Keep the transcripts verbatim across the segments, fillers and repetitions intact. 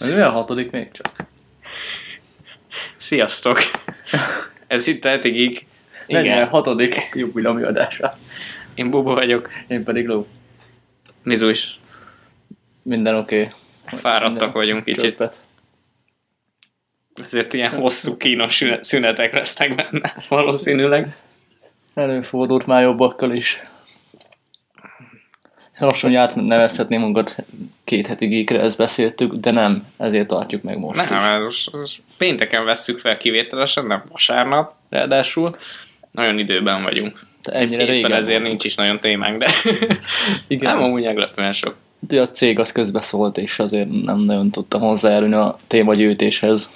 Ez olyan hatodik még csak? Sziasztok! Ez itt a Heti Geek. negyvenhatodik jubileumi adásra. Én Bobo vagyok. Én pedig Ló. Mizu is. Minden oké. Okay. Fáradtak Minden vagyunk kicsit. Csöppet. Ezért ilyen hosszú, kínos szünetek lesznek benne, valószínűleg. Előfordult már jobbakkal is. Lassan átnevezhetném magunkat két heti geekre, ezt beszéltük, de nem, ezért tartjuk meg most nem, is. Nem, most, most pénteken vesszük fel kivételesen, nem vasárnap, ráadásul nagyon időben vagyunk. De ennyire éppen régen ezért voltunk. Nincs is nagyon témánk, de igen. nem amúgy meglepően sok. De a cég az közbeszólt, és azért nem nagyon tudtam hozzájárulni a témagyűjtéshez.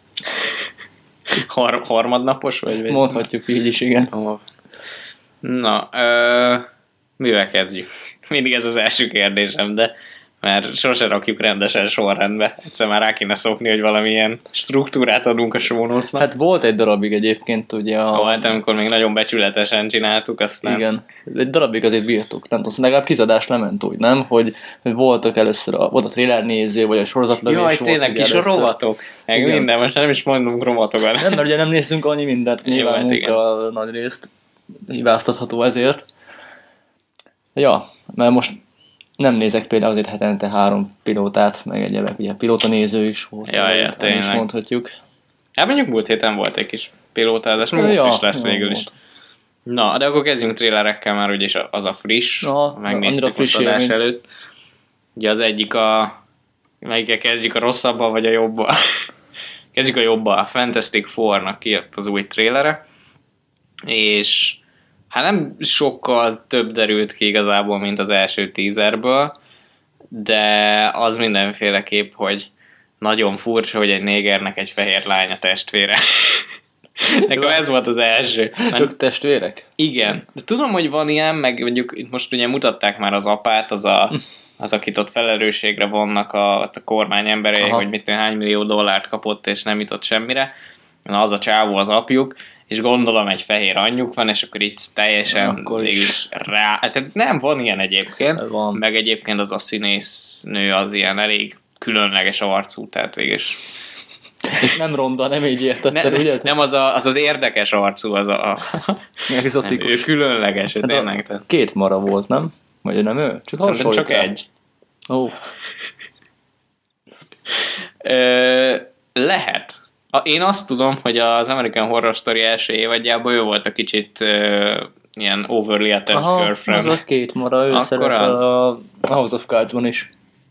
Har- harmadnapos vagy? Mondhatjuk így is, igen. Na, ö, mivel kezdjük? Mindig ez az első kérdésem, de mert sose rakjuk rendesen sorrendbe. Egyszer már rá kéne szokni, hogy valamilyen struktúrát adunk a show notes-nak. Hát volt egy darabig egyébként, ugye a... Volt, amikor még nagyon becsületesen csináltuk, aztán... Igen, egy darabig azért bírtuk, nem tudom, legalább tíz adás lement úgy, nem? Hogy, hogy voltak először, a, volt a trailer néző, vagy a sorozatlövés. Jaj, tényleg kis először. rovatok. Meg igen. Minden, most nem is mondunk rovatokat. Nem, mert ugye nem nézzünk annyi mindent, nyilván hát munka nagy részt hibáztatható ezért. Ja, mert most nem nézek például azért hetente három pilótát, meg egyébként ugye pilóta néző is volt. Ja, ja, tényleg. Is mondhatjuk. Hát mondjuk múlt héten volt egy kis pilótázás, most ja, is lesz végül is. Na, de akkor kezdjünk trélerekkel már, úgyis az a friss, na, megnéztük friss most adás előtt. Ugye az egyik a, melyikkel kezdjük, a rosszabbal vagy a jobbal? Kezdjük a jobbal, a Fantastic Four-nak kijött az új trélere, és hát nem sokkal több derült ki igazából, mint az első teaserből, de az mindenféleképp, hogy nagyon furcsa, hogy egy négernek egy fehér lánya testvére. Nekem ez volt az első. Mert ők testvérek? Igen. De tudom, hogy van ilyen, meg mondjuk most ugye mutatták már az apát, az, a, az akit ott felelősségre vonnak a, a kormány emberei, aha, hogy mit tudom, hány millió dollárt kapott, és nem jutott semmire. Na, az a csávó az apjuk, és gondolom egy fehér anyjuk van, és akkor így teljesen akkor is rá... Tehát nem, van ilyen egyébként, van. Meg egyébként az a színésznő az ilyen elég különleges arcú, tehát végés... És nem ronda, nem így értetted, ne, ugye? Nem, az, a, az az érdekes arcú, az a... a nem, ő különleges, hát tényleg. Két mara volt, nem? Vagy nem ő? Csak Szerintem csak rá. Egy. Ó. Oh. Ö, lehet. Én azt tudom, hogy az American Horror Story első évadjában ő volt a kicsit uh, ilyen overly attached aha, girlfriend. Az a két mara, ő szerepel a House of Cards-ban is.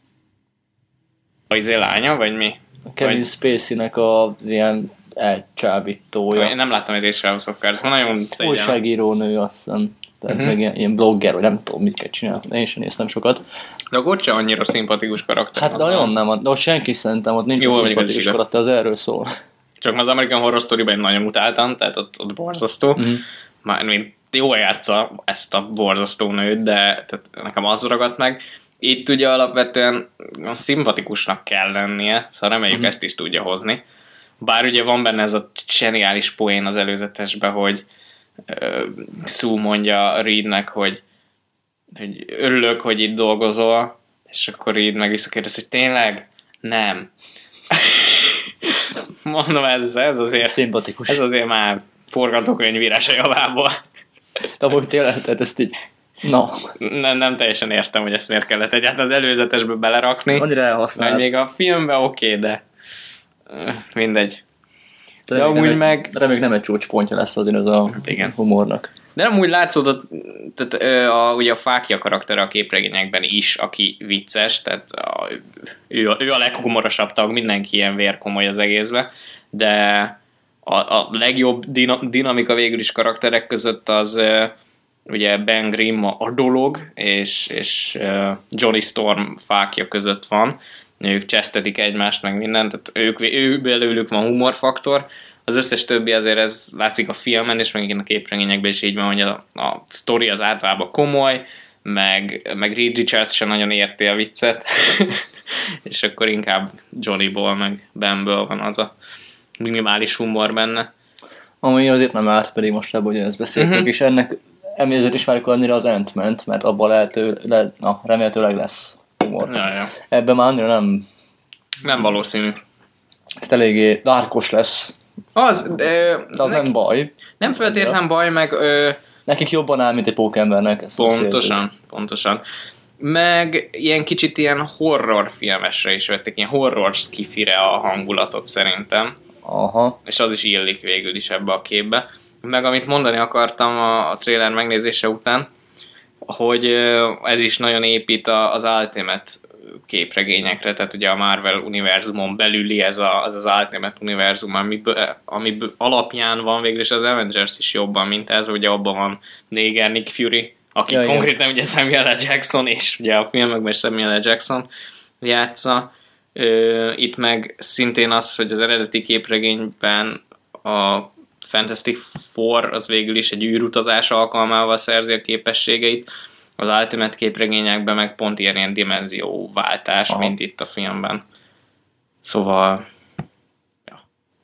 A izé lánya, vagy mi? Kevin vagy... Spacey-nek az ilyen elcsábítója. Én nem láttam egy részre House of Cards-ban, nagyon szégyen. Újságíró nő, azt hiszem. Tehát uh-huh. meg ilyen, ilyen blogger, vagy nem tudom, mit kell csinálni. Én sem néztem sokat. De ott sem annyira szimpatikus karakter. Hát de olyan nem, de ott senki szerintem, ott nincs jó, szimpatikus karakter, az erről szól. Csak az American Horror Story-ben nagyon utáltam, tehát ott, ott borzasztó. Uh-huh. Már jól játsza ezt a borzasztó nőt, de tehát nekem az ragadt meg. Itt ugye alapvetően szimpatikusnak kell lennie, szóval reméljük uh-huh. ezt is tudja hozni. Bár ugye van benne ez a zseniális poén az előzetesben, hogy uh, Sue mondja Reednek, hogy, hogy örülök, hogy itt dolgozol, és akkor Reed meg visszakérdez, hogy tényleg? Nem. Mondom, ez, ez azért szimpatikus. Ez azért már forgatókönyvírás a javából. De hogy tényleg, tehát ezt így... No. Nem, nem teljesen értem, hogy ezt miért kellett egyáltalán az előzetesbe belerakni. Annyira elhasznált. Még a filmben oké, okay, de mindegy. De, de amúgy egy, meg... Reméljük nem egy csúcspontja lesz azért az a hát igen. humornak. De nem úgy látszódott, tehát a, ugye a Fákja karaktere a képregényekben is, aki vicces, tehát a, ő, a, ő a leghumorosabb tag, mindenki ilyen vérkomoly az egészben, de a, a legjobb dina, dinamika végül is karakterek között az ugye Ben Grimm a dolog, és, és Johnny Storm Fákja között van. Ők csesztetik egymást, meg mindent, tehát ők, ő belőlük van humorfaktor. Az összes többi azért ez látszik a filmen, és meg a képregényekben is így van, hogy a, a sztori az általában komoly, meg, meg Reed Richards sem nagyon érti a viccet, és akkor inkább Johnnyból, meg Benből van az a minimális humor benne. Ami azért nem árt, pedig most ebből, hogy ezt beszéltük, uh-huh. és ennek emiatt is várjuk annyira az Ant-Man-t, mert abban lehető, le, na, remélhetőleg lesz humor. Ja, ja. Ebben már annyira nem Nem valószínű. Tehát eléggé dárkos lesz. Az, ö, de az neki, nem baj. Nem feltétlen baj, meg... Ö, nekik jobban áll, mint egy pókembernek. Pontosan, pontosan. Meg ilyen kicsit ilyen horror filmesre is vették, ilyen horror skifire a hangulatot szerintem. Aha. És az is illik végül is ebbe a képbe. Meg amit mondani akartam a, a trailer megnézése után, hogy ez is nagyon épít az Ultimate képregényekre, tehát ugye a Marvel univerzumon belüli ez a, az, az Ultimate univerzum, ami, ami alapján van végül is az Avengers is jobban, mint ez, ugye abban van néger Nick Fury, aki ja, konkrétan ugye Samuel L. Jackson, és ugye a filmekben is Samuel L. Jackson játsza. Itt meg szintén az, hogy az eredeti képregényben a Fantastic Four az végül is egy űrutazás alkalmával szerzi a képességeit, az Ultimate képregényekben meg pont ilyen, ilyen dimenzióváltás, aha, mint itt a filmben. Szóval... Ja.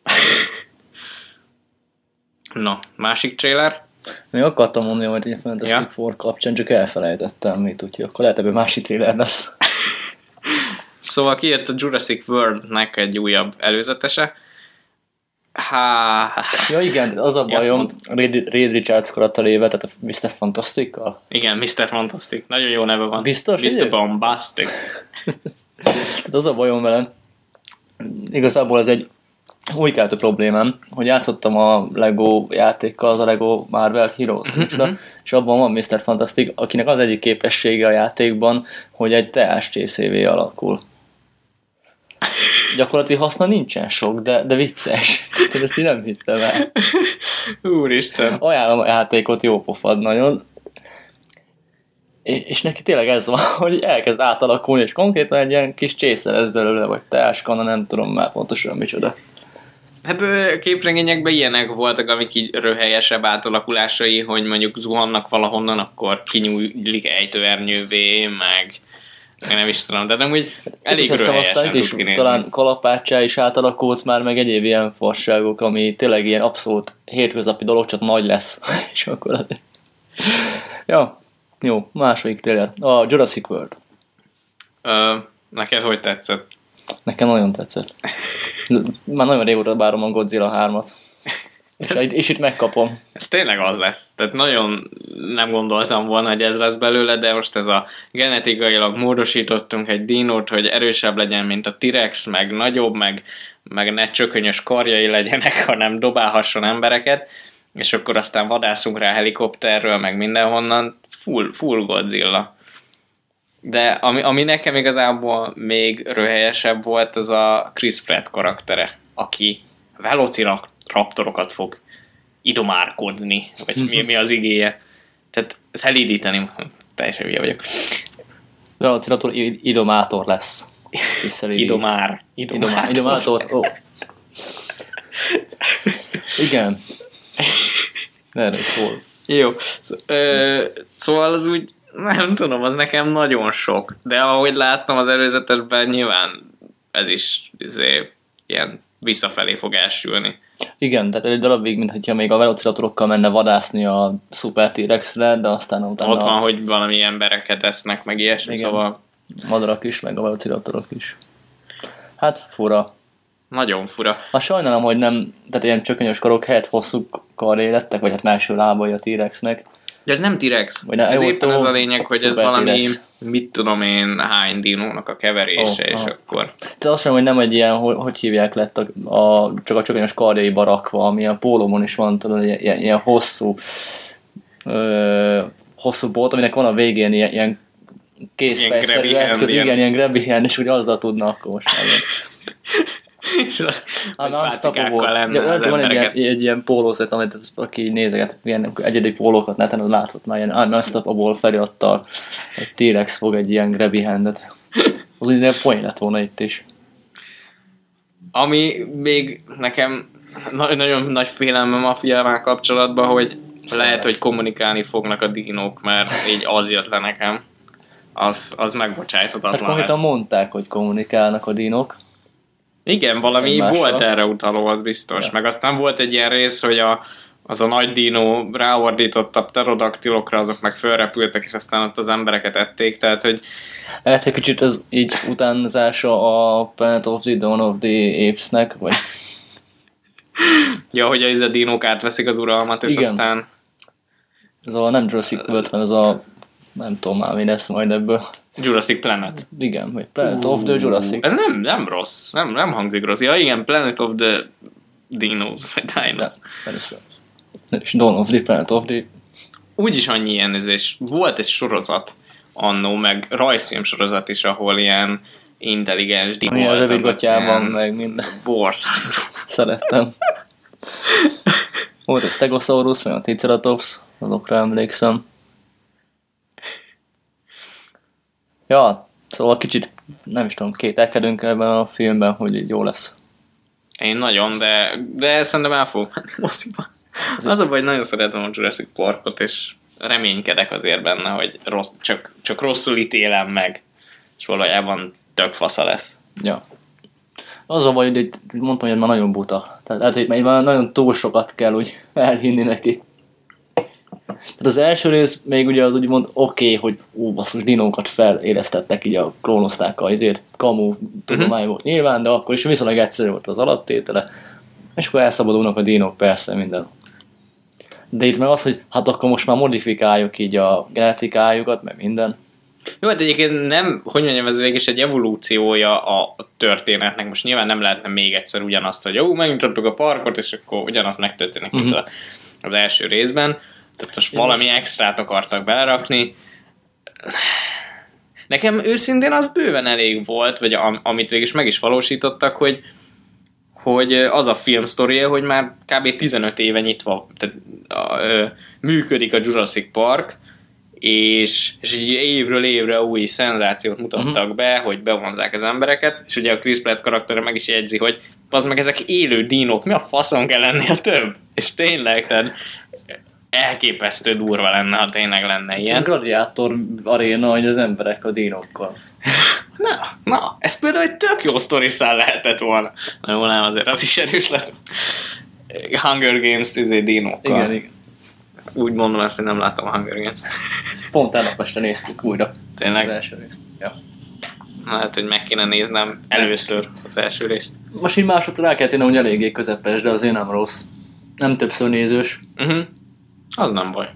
Na, másik trailer? Még akartam mondani, hogy egy Fantastic ja. Four kapcsán, csak elfelejtettem mit, úgyhogy akkor lehet ebben másik trailer lesz. Szóval kijött a Jurassic World-nek egy újabb előzetese. Há... Ja igen, az a bajom, ja, Reed Richards karakterével, tehát a miszter Fantastic-kal. Igen, miszter Fantastic. Nagyon jó neve van. Biztos? miszter Bombastic. Tehát az a bajom vele, igazából ez egy új keltő problémám, hogy játszottam a Lego játékkal, az a Lego Marvel Heroes, és abban van miszter Fantastic, akinek az egyik képessége a játékban, hogy egy teás cé cé vé alakul. Gyakorlatilag haszna nincsen sok, de, de vicces. Tehát ezt így nem hittem el. Úristen. Ajánlom a játékot, jó pofad nagyon. És neki tényleg ez van, hogy elkezd átalakulni, és konkrétan egy ilyen kis csésze lesz belőle, vagy teáskanna, nem tudom már pontosan micsoda. Hát képregényekben ilyenek voltak, amik így röhelyesebb átalakulásai, hogy mondjuk zuhannak valahonnan, akkor kinyújlik ejtőernyővé, meg... Én nem is tudom, de nem úgy elég röhelyesen tud kinézni. Talán kalapáccsá is átalakult már, meg egyéb ilyen fasságok, ami tényleg ilyen abszolút hétköznapi dolog, csak nagy lesz. És akkor... ja, jó, második trailer. A Jurassic World. Ö, neked hogy tetszett? Nekem nagyon tetszett. Már nagyon régóta várom a Godzilla hármat. És, ez, és itt megkapom. Ez tényleg az lesz. Tehát nagyon nem gondoltam volna, hogy ez lesz belőle, de most ez a genetikailag módosítottunk egy dinót, hogy erősebb legyen, mint a T-rex, meg nagyobb, meg, meg ne csökönyös karjai legyenek, hanem dobálhasson embereket, és akkor aztán vadászunk rá helikopterről, meg mindenhonnan. Full, full Godzilla. De ami, ami nekem igazából még röhelyesebb volt, az a Chris Pratt karaktere, aki velociraptorokat fog idomárkodni, vagy mi, mi az igéje. Tehát szelídíteni, teljesen hülye vagyok. Velociraptor idomátor lesz. Idomár. Idomár. Idomátor. Oh. Igen. Erről szól. Jó. Szóval az úgy nem tudom, az nekem nagyon sok. De ahogy láttam az előzetesben, nyilván ez is izé, ilyen visszafelé fog elsülni. Igen, tehát egy darabig, mintha még a velociraptorokkal menne vadászni a Super T-rexre, de aztán utána... Ott van, hogy valami embereket esznek, meg ilyesmi, igen, szóval... madarak is, meg a velociraptorok is. Hát fura. Nagyon fura. Hát sajnálom, hogy nem, tehát ilyen csökönyös karok helyett hosszú karré lettek, vagy hát másfél lábai a T-rexnek. De ez nem T-rex. Ne, ez éppen jó, ez a lényeg, hogy ez valami, T-rex. mit tudom én, hány dinónak a keverése, oh, és oh. akkor... Te azt mondom, hogy nem egy ilyen, hogy hívják lett a, a, csak a csökönyös karjaiba rakva, ami a pólómon is van, tudod, ilyen, ilyen hosszú ö, hosszú bolt, aminek van a végén ilyen, ilyen készfejszerű eszköz, igen, ilyen, ilyen grabby hand, és úgy azzal tudna akkor most már. Pácikákkal lenne ja, az van egy ilyen, embereket. egy ilyen pólószet, amit aki nézeget, ilyen egyedi pólókat neten, az látott már ilyen unstoppable felirattal egy T-rex fog egy ilyen grabby handet. Az úgy ilyen poén lett volna itt is. Ami még nekem na- nagyon nagy félelmem a filmmel kapcsolatban, hogy lehet, hogy kommunikálni fognak a dinók, mert így az jött le nekem. Az, az megbocsájthatatlan. Hát konkrétan mondták, hogy kommunikálnak a dinók. Igen, valami egymással. Volt erre utaló, az biztos. Ja. Meg aztán volt egy ilyen rész, hogy a, az a nagy dino ráordított a pterodaktilokra, azok meg fölrepültek, és aztán ott az embereket ették, tehát hogy... Lehet egy kicsit az így utánozása a Planet of the Dawn of the Apes-nek, vagy... Ja, hogy ez a dinók átveszik az uralmat, és igen. aztán... Ez a nem Jurassic World, hanem ez a... Nem tudom már, mi lesz majd ebből. Jurassic Planet. Igen, vagy Planet uh, of the Jurassic. Ez nem, nem rossz, nem, nem hangzik rossz. Ja igen, Planet of the Dinos, vagy Dinos. Persze. És Dawn of the Planet of the... Úgyis annyi ilyen, ez és volt egy sorozat annó, meg rajzfilm sorozat is, ahol ilyen intelligens dinó voltak. Milyen rövidgatjában, meg minden. Borzasztó. Szerettem. Volt a Stegosaurus, meg a Triceratops, azokra emlékszem. Ja, szóval kicsit, nem is tudom, kételkedünk ebben a filmben, hogy így jó lesz. Én nagyon, de, de szerintem el fogom menni moziba. Az a baj, hogy nagyon szeretem a Jurassic Parkot, és reménykedek azért benne, hogy rossz, csak, csak rosszul ítélem meg, és valójában tök fasza lesz. Ja. Az a baj, hogy mondtam, hogy ez már nagyon buta. Tehát lehet, hogy már nagyon túl sokat kell úgy elhinni neki. Tehát az első rész még ugye az úgymond oké, okay, hogy ó, basszus, dinókat felélesztettek, így a klónozták azért, kamu tudomány volt nyilván, de akkor is viszonylag egyszerű volt az alaptétele, és akkor elszabadulnak a dinók, persze minden. De itt meg az, hogy hát akkor most már modifikáljuk így a genetikájukat, meg minden. Jó, hát egyébként nem, hogy mondjam, ez végig is egy evolúciója a történetnek. Most nyilván nem lehetne még egyszer ugyanazt, hogy jó, megnyitottuk a parkot, és akkor ugyanaz megtörténik, mint uh-huh. az első részben. Tehát most valami extrát akartak belerakni. Nekem őszintén az bőven elég volt, vagy am, amit végig is meg is valósítottak, hogy, hogy az a film sztoria, hogy már kb. tizenöt éve nyitva tehát, a, ö, működik a Jurassic Park, és, és így évről évre új szenzációt mutattak uh-huh. be, hogy bevonzák az embereket, és ugye a Chris Pratt karaktere meg is jegyzi, hogy az meg ezek élő dinók, mi a faszon kell lennél több? És tényleg, tehát elképesztő durva lenne, ha tényleg lenne ilyen. Csak gladiátor aréna, hogy az emberek a dinókkal. Na, na, ez például egy tök jó sztoriszál lehetett volna. Na jó, nem, azért az is erős lett. Hunger Games izé dinókkal. Igen, igen. Úgy mondom ezt, hogy nem láttam a Hunger Games. Pont elnap este néztük újra. Tényleg? Az első részt. Ja. Hát, hogy meg kéne néznem először az első részt. Most így másodszor el kellett jönnöm, hogy eléggé közepes, de azért nem rossz. Nem többször nézős. Uh-huh. Az nem baj.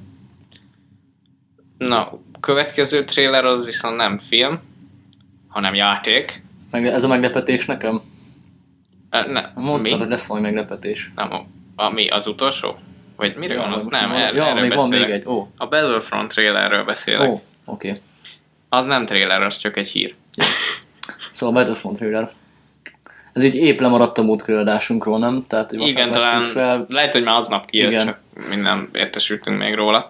Na, következő trailer az viszont nem film, hanem játék. Meg, ez a meglepetés nekem? E, ne, Mondtad, hogy lesz valami meglepetés. Nem, a, a, mi, az utolsó? Vagy mire ja, van az? Nem, er, ja, erről még beszélek. van még egy. Oh. A Battlefront trailerről beszélek. Ó, oh, oké. Okay. Az nem trailer, az csak egy hír. Ja. Szóval a Battlefront trailer. Ez így épp lemaradt a múltkori adásunkról, nem? Tehát, hogy igen, talán fel. Lehet, hogy már aznap kijött, igen. Csak minden értesültünk még róla.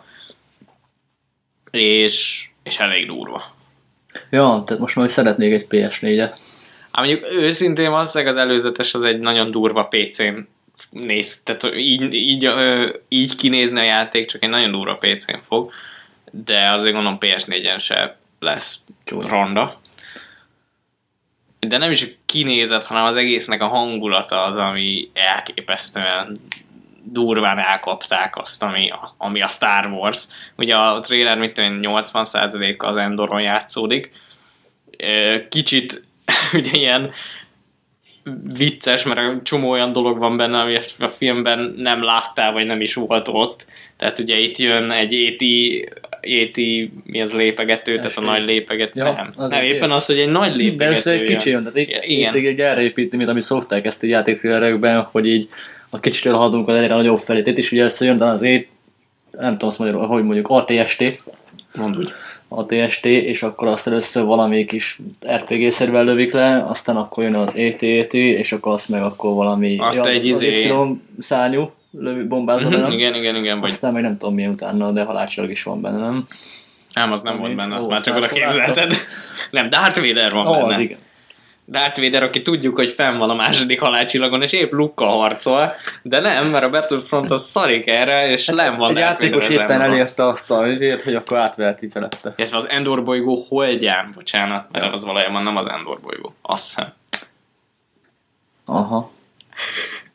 És, és elég durva. Ja, tehát most már szeretnék egy pé es négyet. Hát mondjuk őszintén valószínűleg az előzetes az egy nagyon durva pé cén néz. Tehát így, így, így kinézni a játék, csak egy nagyon durva pé cén fog. De azért gondolom pé es négyen se lesz Csúly. ronda. De nem is a kinézet, hanem az egésznek a hangulata az, ami elképesztően durván elkapták azt, ami a, ami a Star Wars. Ugye a trailer mit tudom, nyolcvan százaléka az Endoron játszódik. Kicsit ugye ilyen vicces, mert csomó olyan dolog van benne, ami a filmben nem láttál, vagy nem is volt ott. Tehát ugye itt jön egy é té, é té mi az lépegető, tehát a nagy lépegető. Ja, nem, nem éppen az, hogy egy nagy lépegető. De egy kicsi jön, tehát itt, itt így erre építi, mint amit szokták ezt a játékfilmerekben, hogy így a kicsitől haladunk az egyre nagyobb felét. Itt is ugye összejön, de az é, nem tudom azt magyarul, hogy mondjuk á té es té. Mondd úgy. á té es té, és akkor azt először valami kis er pé gé-szerűvel lövik le, aztán akkor jön az é té é té, és akkor azt meg akkor valami azt ja, egy az izé... Y-szárnyú lövik, bombázol uh-huh, igen, igen, igen. Aztán meg nem tudom milyen utána, de halálcsillag is van benne, nem? Nem, az nem, nem volt benne, azt már csak oda képzelted. Nem, Darth Vader van oh, benne. Az igen. Darth Vader, aki tudjuk, hogy fenn van a második halálcsillagon, és épp Luke-kal harcol, de nem, mert a Battlefront az szarik erre, és hát nem van Darth Vader. Egy játékos éppen elérte azt a azért, hogy akkor átveheti felette. Ez az Endor bolygó holdján, bocsánat, mert az valójában nem az Endor bolygó. Azt hiszem. Aha.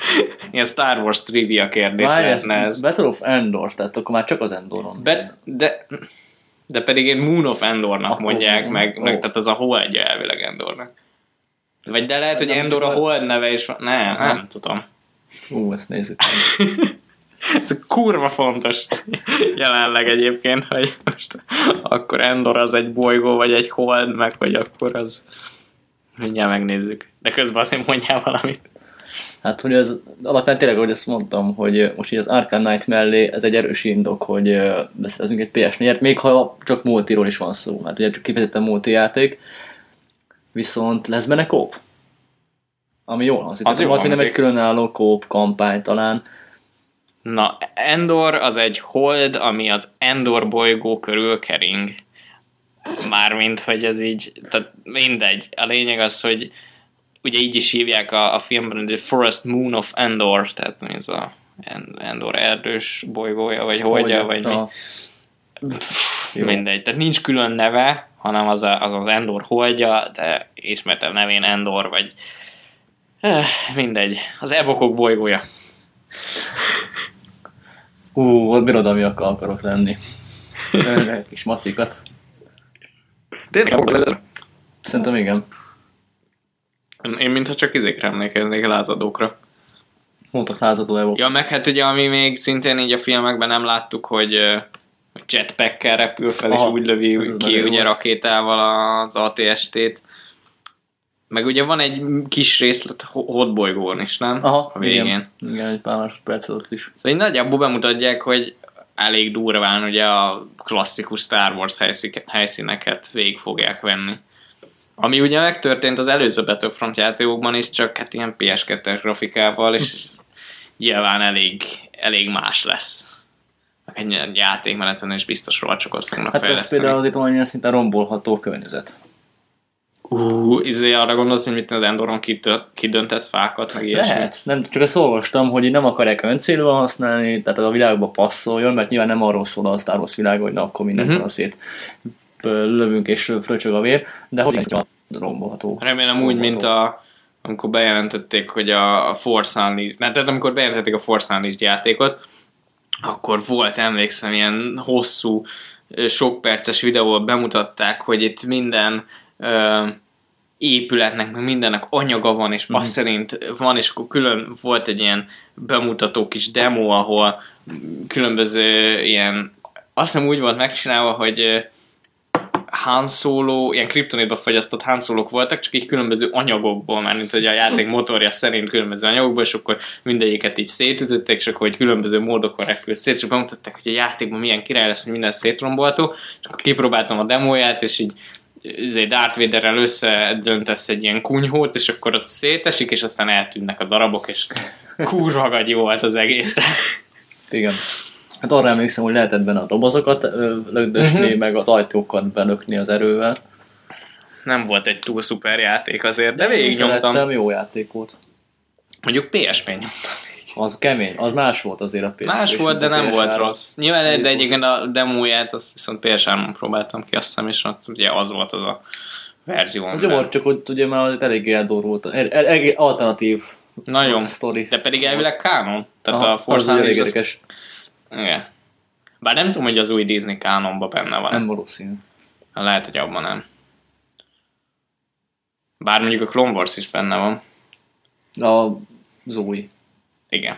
Ilyen Star Wars trivia kérdés Várj, ez lehetne ez. Battle of Endor, tehát akkor már csak az Endoron. Be, de, de pedig egy Moon of Endornak Akkor mondják, Moon, meg, ó. meg tehát az a Holdja elvileg Endornak. Vagy de lehet, hogy Nem, Endor a csak a- Hold neve is van. Nem, nem, nem tudom. Ú, ezt nézzük. Ez kurva fontos jelenleg egyébként, hogy most akkor Endor az egy bolygó, vagy egy hold, meg hogy akkor az mindjárt megnézzük. De közben azért mondjál valamit. Hát, hogy ez alapvetően tényleg, ahogy ezt mondtam, hogy most így az Arkham Knight mellé ez egy erős indok, hogy ö, beszerezünk egy pé es négyet, még ha csak multiról is van szó, mert ugye csak kifejezetten multi játék, viszont lesz benne kóp. Ami jól hangzik. Az Tehát jól majd, hogy nem egy hangzik. különálló kóp kampány talán. Na, Endor az egy hold, ami az Endor bolygó körül kering. Mármint, hogy ez így, tehát mindegy. A lényeg az, hogy ugye így is hívják a, a filmben, hogy The Forest Moon of Endor, tehát ez a Endor erdős bolygója, vagy holdja, vagy mi. a- Jó. Mindegy. Tehát nincs külön neve, hanem az a, az, az Endor holdja, de ismertem nevén Endor, vagy eh, mindegy. Az evokok bolygója. Ú, ott birodalmiakkal akarok lenni. Ö, Kis macikat. Tényleg? Szerintem igen. Én mintha csak izékre emlékeznék, lázadókra. Voltak lázadó evok. Ja, meg hát ugye, ami még szintén így a filmekben nem láttuk, hogy ö, jetpackkel repül fel, Aha, és úgy lövi ez az ki nagyon ugye volt. rakétával az á té es té-t. Meg ugye van egy kis részlet hotbolygón is, nem? Aha, A végén. igen. Igen, egy pár másodperc ott is. Szóval így nagyjából bemutatják, hogy elég durván ugye a klasszikus Star Wars helyszí- helyszíneket végig fogják venni. Ami ugye megtörtént az előző Battlefront játékokban is, csak hát ilyen pé es kettes grafikával, és nyilván elég, elég más lesz. Egy egy játékmeneten is biztos rohacsokat fognak Hát ez fejleszteni. például azért valamilyen szinten rombolható környezet. Ú, izé arra gondolsz, hogy mit az Endoron kitö- kidöntett fákat, meg ilyesmi? Lehet, nem, csak ezt olvastam, hogy nem akarják öncélúan használni, tehát a világba passzoljon, mert nyilván nem arról szól a Star Wars világ, hogy na akkor mindent Mhm. uh-huh. szét ö, lövünk és fröcsög a vér, de hogy a rombolható. Remélem úgy, mint a, amikor bejelentették, hogy a, a Force Unleashed, mert tehát amikor bejelentették a Force Unleashed játékot, akkor volt, emlékszem, ilyen hosszú, ö, sok perces videóval bemutatták, hogy itt minden ö, épületnek, meg mindennek anyaga van, és azt szerint van, és akkor külön volt egy ilyen bemutató kis demo, ahol különböző ilyen, azt hiszem úgy volt megcsinálva, hogy ö, Han Solo, ilyen kriptonitba fagyasztott Han Solók voltak, csak így különböző anyagokból, már mint hogy a játék motorja szerint különböző anyagokból, és akkor mindegyiket így szétütötték, és akkor hogy különböző módokon repült szét, és bemutatták, hogy a játékban milyen király lesz, hogy minden szétrombolható, és akkor kipróbáltam a demóját, és így izé Darth Vaderrel összedöntesz egy ilyen kunyhót, és akkor ott szétesik, és aztán eltűnnek a darabok, és kurva gagyi volt az egész. Igen. Hát arra emlékszem, hogy lehetett benne a dobozokat ö, lögdösni, Mhm. uh-huh. meg az ajtókat belökni az erővel. Nem volt egy túl szuper játék azért, de Én végignyomtam. szerettem, jó játék volt. Mondjuk pé es pén nyomtam. Az kemény, az más volt azért a pé es. Más volt, de nem volt rossz. Nyilván, de Jézus. egyébként a demóját, azt viszont pé es hármon próbáltam ki, azt hiszem, és ott ugye az volt az a verzió. Az jó amiben- volt, csak ott ugye már eléggé eldorult, el- el- elég alternatív Nagyon. stories. De pedig elvileg kánon. Tehát Aha, a Force az ugye elég Unleashed az... érdekes. Igen. Bár nem tudom, hogy az új Disney kánonban benne van. Nem valószínű. Lehet, hogy abban nem. Bár mondjuk a Clone Wars is benne van. A Zoe. Igen.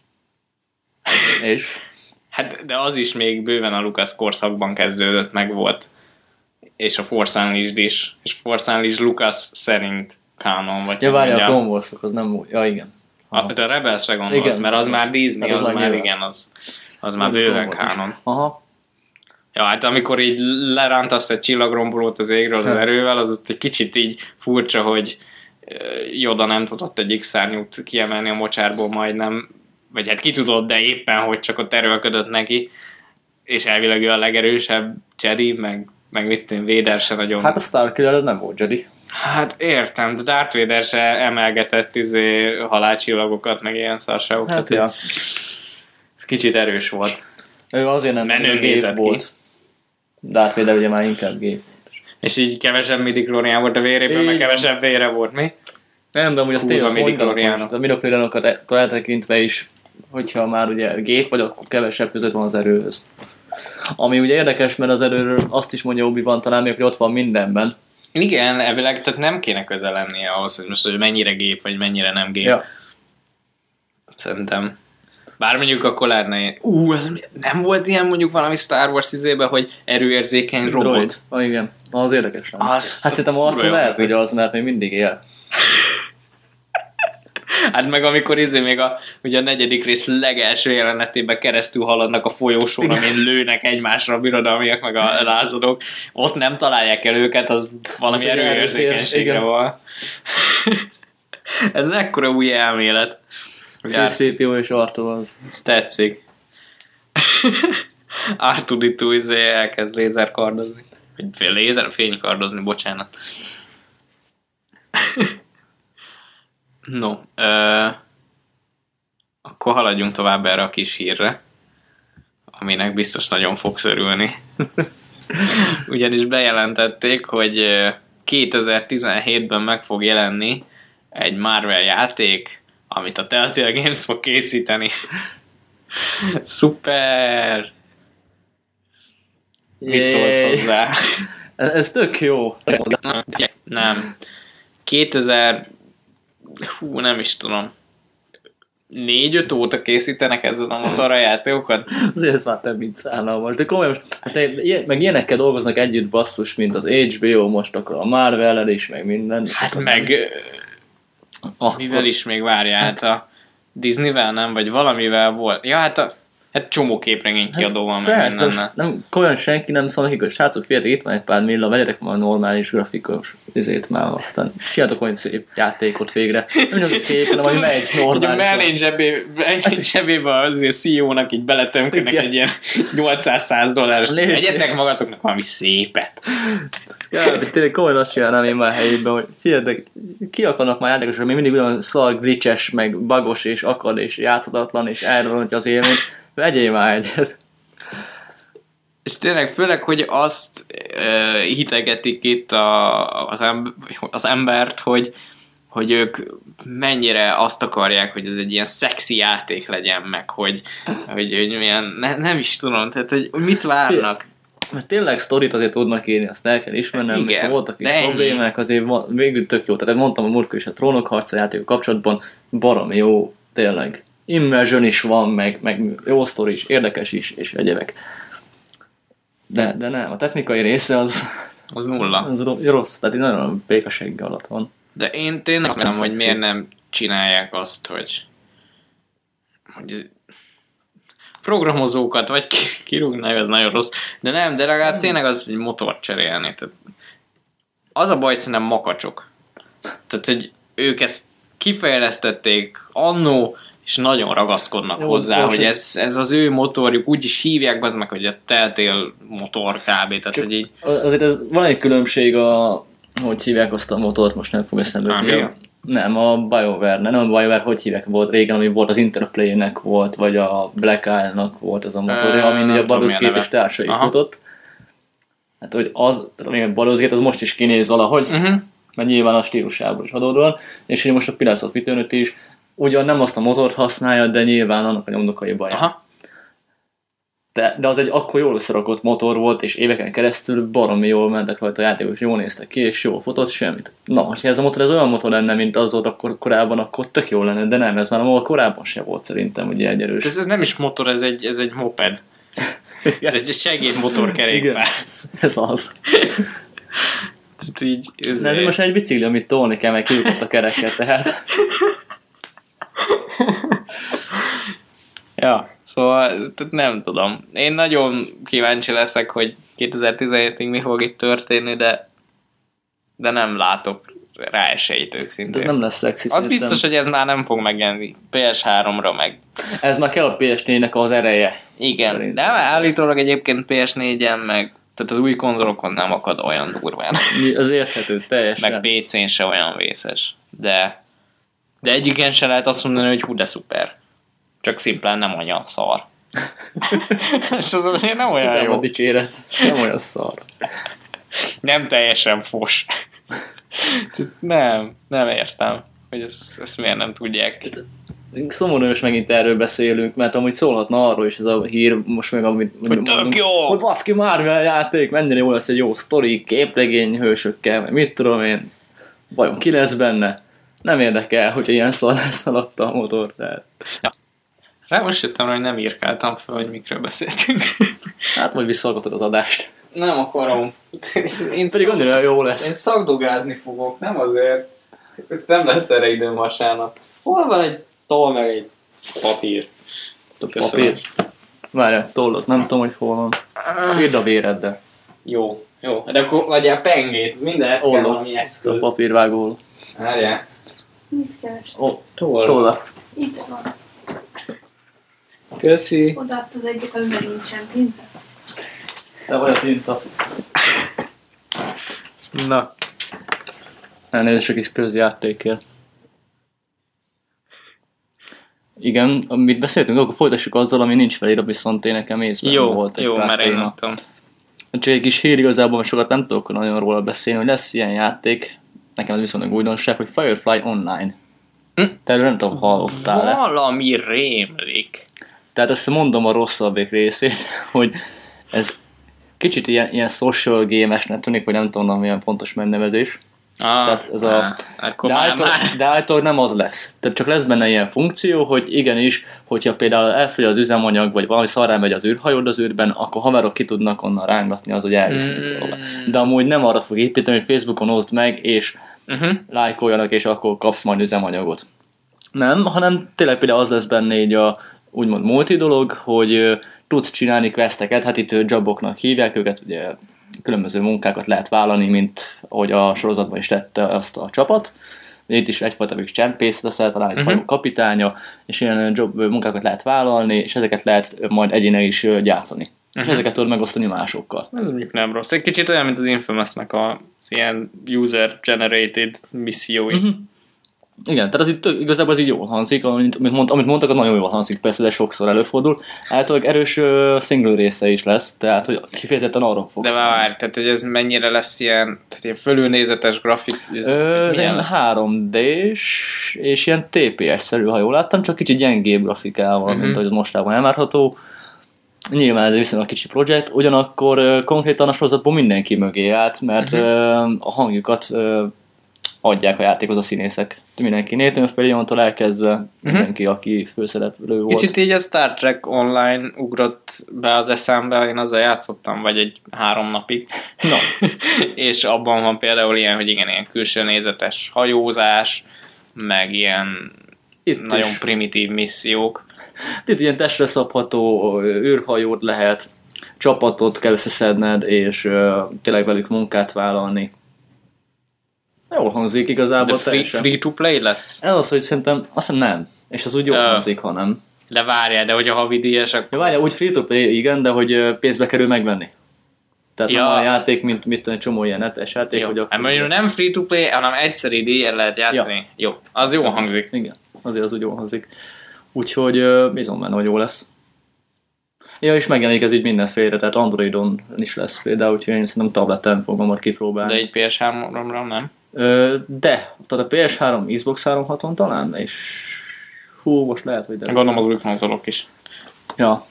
És? Hát, de az is még bőven a Lucas korszakban kezdődött, meg volt. És a Force Unleashed is. És Force Unleashed Lucas szerint kánon, vagy Ja, hogy várja, a mondjam. Clone Wars-ok, az nem úgy. Ja, igen. A, de a Rebelsre gondolsz, Igen, mert az az- már Disney, hát az, az az már már nyilván. igen, az, az már A bőven Clone Wars is. kánon. Aha. Ja, hát amikor így lerántasz egy csillagrombolót az égről az Hm. erővel, az ott egy kicsit így furcsa, hogy ö, Yoda nem tudott egy X-szárnyút kiemelni a mocsárból majdnem, vagy hát ki tudott, de éppen, hogy csak ott erőlködött neki, és elvileg ő a legerősebb Jedi, meg, meg mit tudom, Vader se nagyon... Hát a Starkiller az nem volt Jedi. Hát értem, de Darth Vader se emelgetett izé halálcsillagokat, meg ilyen szarságok. Hát tehát, ja. ez kicsit erős volt. Ő azért nem Menő gép nézett ki. volt. Darth Vader ugye már inkább gép. És így kevesebb midi-klórián volt a vérében, meg Így van. kevesebb vére volt, mi? Nem, de amúgy azt tényleg azt mondanak midi-chlorianok. most, a midi-chlorianokat eltekintve is, hogyha már ugye gép vagy, akkor kevesebb között van az erőhöz. Ami ugye érdekes, mert az erőről azt is mondja Obi-Wan talán még, hogy ott van mindenben. Igen, elvileg, tehát nem kéne közel lennie ahhoz, hogy most hogy mennyire gép, vagy mennyire nem gép. Ja. Szerintem. Bár mondjuk akkor lehetne, ú, ez nem volt ilyen mondjuk valami Star Wars izében, hogy erőérzékeny robot. Droid. Ah, igen. Na, az érdekes lenne. Az- Hát szerintem attól Olyan lehet, az- hogy az, mert még mindig él. Hát meg amikor izé még a, ugye a negyedik rész legelső jelenetében keresztül haladnak a folyósón, amin lőnek egymásra a birodalmiak, meg a lázadók, ott nem találják el őket, az valami Hát, erőérzékenységre igen. van. Ez mekkora új elmélet. cé szé pé o és Artó az. Ez tetszik. er kettő dé kettő izé elkezd lézerkardozni. Vagy fél lézer, fénykardozni, bocsánat. No, ö, akkor haladjunk tovább erre a kis hírre, aminek biztos nagyon fogsz örülni. Ugyanis bejelentették, hogy ö, kétezer-tizenhétben meg fog jelenni egy Marvel játék, amit a Telltale Games fog készíteni. Szuper! Mit szólsz hozzá? Ez, ez tök jó. Nem. kétezer... Hú, nem is tudom. négy-öt óta készítenek ezzel a motorra játékokat? Azért ez már több mint szállalmas. De komolyan most, hát ilyen, meg ilyenekkel dolgoznak együtt basszus, mint az há bé o, most akkor a Marvel-el is, meg minden. Hát meg... Ah, Mivel is még várjál? Hát a Disneyvel nem? Vagy valamivel volt? Ja, hát a... Hát csomó képregény kiadó van meg persze, mindennel. most nem, komolyan senki nem szól nekik, hogy srácok, fiatal, itt van egy pár milla, vegyetek már normális grafikus izét már, aztán csináltok olyan szép játékot végre. Nem csak szép, hanem hogy megy Ugye normálisan. mellén zsebé, mellén zsebébe az cé e ó-nak így beletömködnek Igen. egy ilyen nyolcszáz dolláros. Légy- Egyetek magatoknak valami szépet. Kár, tényleg komolyan azt csinálnám én már helyében, hogy figyeljetek, ki akarnak már játékosok, még mindig olyan szar, glitches, meg bagos, és akad, és játszadatlan, és elrontja az élményt. Vegyél már egyet. És tényleg főleg, hogy azt uh, hitegetik itt a, az, emb- az embert, hogy, hogy ők mennyire azt akarják, hogy ez egy ilyen szexi játék legyen, meg hogy, hogy, hogy milyen, ne, nem is tudom, tehát hogy mit várnak. Mert tényleg sztorit azért tudnak írni, azt el kell ismernem, Igen, meg voltak is de ennyi. problémák, azért van, végül tök jó. Tehát mondtam a múltkor is a Trónok harca játékok kapcsolatban, baromi jó, tényleg. Immersion is van, meg, meg jó sztori is, érdekes is, és egyebek. De, de nem, a technikai része az, Az nulla. az rossz, tehát így nagyon békasegge alatt van. De én tényleg Az nem, nem hogy szexi. miért nem csinálják azt, hogy, hogy programozókat, vagy ki- kirúgnak, ez nagyon rossz. De nem, de legalább tényleg az, hogy motort cserélni. Tehát az a baj, szerintem makacsok. Tehát, hogy ők ezt kifejlesztették annó, és nagyon ragaszkodnak Jó, hozzá, most hogy ez- ez, ez az ő motorjuk, úgy is hívják az meg, hogy a Telltale motor kb. Tehát, hogy így Azért ez, van egy különbség a, hogy hívják azt a motort, most nem fog eszembe. Á, jutni. mi a? Nem, a BioWare, nem a BioWare, hogy hívják, volt régen, ami volt az Interplay-nek volt, vagy a Black Isle-nak volt az a motorja, Ö, amin nem ugye a tudom, Baldur's milyen Gate neve. és társai Aha. futott. Hát, hogy az, tehát a Baldur's Gate az most is kinéz valahogy, uh-huh. mert nyilván a stílusából is adódóan, és hogy most a Pillars of Eternity is ugyan nem azt a motort használja, de nyilván annak a nyomdokai baj. Aha. De, de az egy akkor jól összerakott motor volt, és éveken keresztül baromi jól mentek rajta a játékok, és jól néztek ki, és jól fotott, semmit. Na, hogyha ez a motor ez olyan motor lenne, mint az volt akkor korábban, akkor tök jó lenne, de nem, ez már a korábban se volt szerintem, ugye egy erős. Ez, ez nem is motor, ez egy, ez egy moped. Igen. Ez egy segédmotor Igen, kerékpár. ez, ez az. Tehát így, ez De ez most egy bicikli, amit tolni kell, meg kijutott a kerekkel, tehát. Ja, szóval tehát nem tudom. Én nagyon kíváncsi leszek, hogy kétezer-tizenhétig mi fog itt történni, de de nem látok rá esélyt Ez őszintén. nem lesz szexi. Az szerintem. biztos, hogy ez már nem fog megjelenni pé es háromra meg. Ez már kell a pé es négynek az ereje. Igen, Szerintem. de állítólag egyébként pé es négyen meg, tehát az új konzolokon nem akad olyan durván. Az érthető, teljesen. Meg pé cén se olyan vészes. De, de egyiken se lehet azt mondani, hogy hú, de szuper. Csak szimplán nem olyan szar. És az azért nem olyan Ez jó. a dicséret. Nem olyan szar. Nem teljesen fos. Nem, nem értem. hogy ezt, ezt miért nem tudják. Szomorú, és megint erről beszélünk, mert amúgy szólhatna arról is ez a hír, most meg amit hogy tök jó! Hogy baszki, Marvel játék, mennyire jó lesz egy jó sztori, képregény hősökkel, meg mit tudom én, vajon ki lesz benne? Nem érdekel, hogyha ilyen szar lesz alatta a motor, tehát... Ja. Rá most jöttem, hogy nem írkáltam fel, hogy mikről beszéltünk. Hát majd visszahallgatod az adást. Nem akarom. Én pedig annyira jó lesz. Én szakdogázni fogok, nem azért. Nem lesz erre időm vasárnap. Hol van egy toll meg egy papír? A papír. Várjál, toll, az nem tudom, hogy hol van. Írd a véreddel. Jó, jó. De akkor adjál pengét, minden ez kell valami eszköz. A papírvágóval. Várjál. Mit keresd? Ó, Toll. tollat. Itt van. Köszi. Odaadta az egyik, amiben nincsen tinta. De vagy a tinta. Na. Elnézést a kis közjátékért. Igen, amit beszéltünk, akkor folytassuk azzal, ami nincs felírva, viszont én nekem észben Jó, volt egy jó, pár mert én téma. adtam. Csak egy kis hír igazából, sokat nem tudok nagyon róla beszélni, hogy lesz ilyen játék, nekem ez viszonylag újdonság, hogy Firefly Online. Hm? Te erről nem tudom, hallottál-e? Valami rémlik. Tehát ezt mondom a rosszabbik részét, hogy ez kicsit ilyen, ilyen social game-esnek tűnik, hogy nem tudom, milyen pontos megnevezés. Ah, Tehát ez a, akkor de, már, által, már. de által nem az lesz. Tehát csak lesz benne ilyen funkció, hogy igenis, hogyha például elfogy az üzemanyag, vagy valami szarrá megy az űrhajód az űrben, akkor haverok ki tudnak onnan rángatni az, hogy elviszik Mm. róla. De amúgy nem arra fog építeni, hogy Facebookon oszd meg, és Uh-huh. lájkoljanak, és akkor kapsz majd üzemanyagot. Nem, hanem tényleg például az lesz benne így a úgymond multi dolog, hogy ö, tudsz csinálni questeket, hát itt ö, joboknak hívják őket, ugye különböző munkákat lehet vállalni, mint ahogy a sorozatban is tette azt a csapat. Itt is egyfajta végig csempész leszel, talán egy Uh-huh. hajó kapitánya, és ilyen jobb ö, munkákat lehet vállalni, és ezeket lehet ö, majd egyénileg is ö, gyártani. Uh-huh. És ezeket tudod megosztani másokkal. Ez mondjuk nem rossz. Egy kicsit olyan, mint az Infamousnak az ilyen user-generated missziói. Uh-huh. Igen, tehát az itt igazából az így jól hangzik, amit, amit, mond, amit mondtak, az nagyon jól hangzik, persze, de sokszor előfordul. Általában erős uh, single része is lesz, tehát hogy kifejezetten arról fogsz. De várj, tehát hogy ez mennyire lesz ilyen, tehát ilyen fölülnézetes grafik? Ez, Ö, milyen ilyen lesz? három dés és ilyen té pé es-szerű, ha jól láttam, csak kicsit gyengébb grafikával, Uh-huh. mint ahogy az mostában elvárható. Nyilván ez viszonylag kicsi projekt, ugyanakkor uh, konkrétan a sorozatból mindenki mögé állt, mert Uh-huh. uh, a hangjukat uh, adják a játékhoz a színészek. Mindenki Nathan Fillion-tól elkezdve, uh-huh. mindenki, aki főszereplő volt. Kicsit így a Star Trek Online ugrott be az eszembe, én azzal játszottam, vagy egy három napig. Na. És abban van például ilyen, hogy igen, ilyen külső nézetes hajózás, meg ilyen Itt nagyon is. primitív missziók. Itt ilyen testre szabható űrhajód lehet, csapatot kell összeszedned, és uh, tényleg velük munkát vállalni. Jól hangzik igazából De free, teljesen. free to play lesz? Ez az, hogy szerintem, azt hiszem nem. És az úgy jól Ö. hangzik, ha nem. De várjál, de hogy a havidíjas, Ja, akkor... várjál, úgy free to play, igen, de hogy ö, pénzbe kerül megvenni. Tehát Ja. nem a játék, mint mit tudom, egy csomó ilyen netes játék, Jó. hogy Hát mondjuk nem free to play, hanem egyszeri díjjel lehet játszani. Ja. Jó, az jó Szóval, hangzik. Igen, azért az úgy jól hangzik. Úgyhogy ö, bízom benne, hogy jó lesz. Ja, és megjelenik ez így mindenféle, tehát Androidon is lesz például, úgyhogy én szerintem tableten fogom majd kipróbálni. De egy pé es háromra nem? Ö, de, tehát a pé es három, Xbox háromszázhatvan talán, és hú, most lehet, hogy de. Gondolom az új konzolok is. Ja.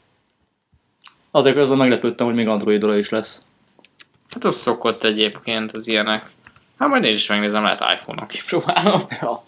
Azért azon meglepődtem, hogy még Androidra is lesz. Hát az szokott egyébként az ilyenek. Hát majd én is megnézem, lehet iPhone-on kipróbálom. Ja.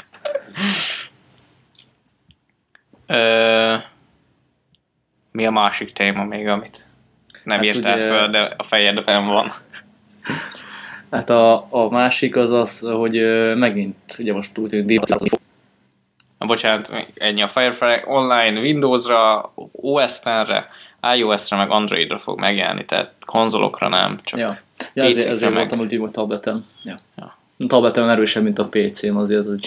Ö, mi a másik téma még, amit nem Hát írtál ugye- föl, de a fejedben van. Hát a, a másik az az, hogy ö, megint, ugye most úgy tűnik, díjazálni fog. Na, bocsánat, még ennyi a Firefly Online Windowsra, ó es tízre, iOS-re meg Androidra fog megjelenni, tehát konzolokra nem, csak Ja, ja pé ezért, cé-kre ezért meg. voltam úgy, hogy tableten. Ja. Ja. A tableten erősebb, mint a pé cém, azért úgy.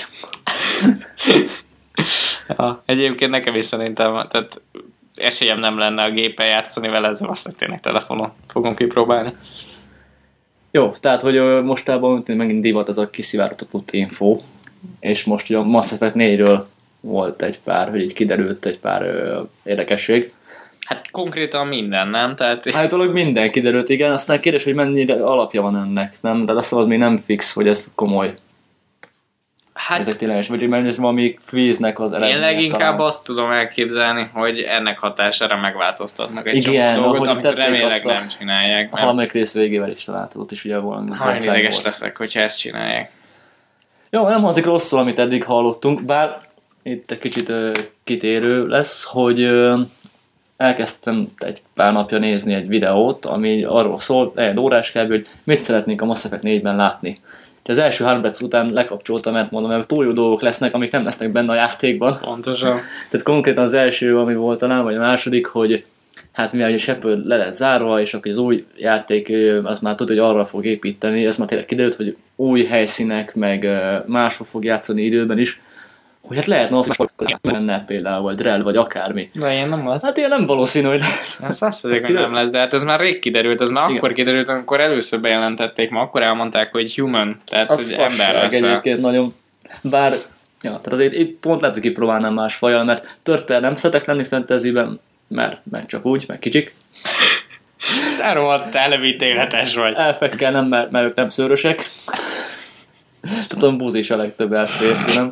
Ja, egyébként nekem is szerintem, tehát esélyem nem lenne a gépen játszani vele, ezzel azt tényleg telefonon fogom kipróbálni. Jó, tehát, hogy ö, mostában megint divat ez a kiszivárogtatott info, és most ugye a Mass Effect négyről volt egy pár, hogy így kiderült egy pár ö, érdekesség. Hát konkrétan minden, nem? Tehát Állítólag minden kiderült, igen, aztán kérdés, hogy mennyire alapja van ennek, nem? De azt hiszem, az még nem fix, hogy ez komoly. Hát, ezek tényleges, vagy mert ez valami kvíznek az eredménye. én leginkább talán. azt tudom elképzelni, hogy ennek hatására megváltoztatnak egy Igen, csomó dolgot, ahogy amit tették remélek azt a- nem csinálják. A Mert harmadik rész végével is találtad, ott is ugye valami nagyon botrány ideges volt. leszek, hogyha ezt csinálják. Jó, nem hangzik rosszul, amit eddig hallottunk, bár itt egy kicsit ö, kitérő lesz, hogy ö, elkezdtem egy pár napja nézni egy videót, ami arról szól, egy órás kb, hogy mit szeretnénk a Mass Effect négyben látni. És az első három perc után lekapcsoltam, mert mondom, mert túl jó dolgok lesznek, amik nem lesznek benne a játékban. Pontosan. Tehát konkrétan az első, ami volt talán, vagy a második, hogy hát mivel a Shepard le lett zárva, és akkor az új játék ö, az már tudja, hogy arra fog építeni, ez már tényleg kiderült, hogy új helyszínek, meg ö, máshol fog játszani időben is, hogy hát lehetne az menne például, vagy Drell, vagy akármi. De ilyen nem lesz. Hát ilyen nem valószínű, hogy lesz. Ez azt mondjuk, hogy kiderült? nem lesz, de hát ez már rég kiderült, ez már Igen. akkor kiderült, amikor először bejelentették, ma akkor elmondták, hogy human, tehát Az hogy ember fasság lesz. egyébként nagyon, bár, ja, tehát azért itt pont lehet, hogy kipróbálnám más fajjal, mert törpel nem szeretek lenni fantasyben, mert, mert csak úgy, meg kicsik. Te rohadt elevítéletes vagy. Elfekkel nem, mert, mert ők nem szőrösek. Tudom, búzi is a legtöbb első évfilm.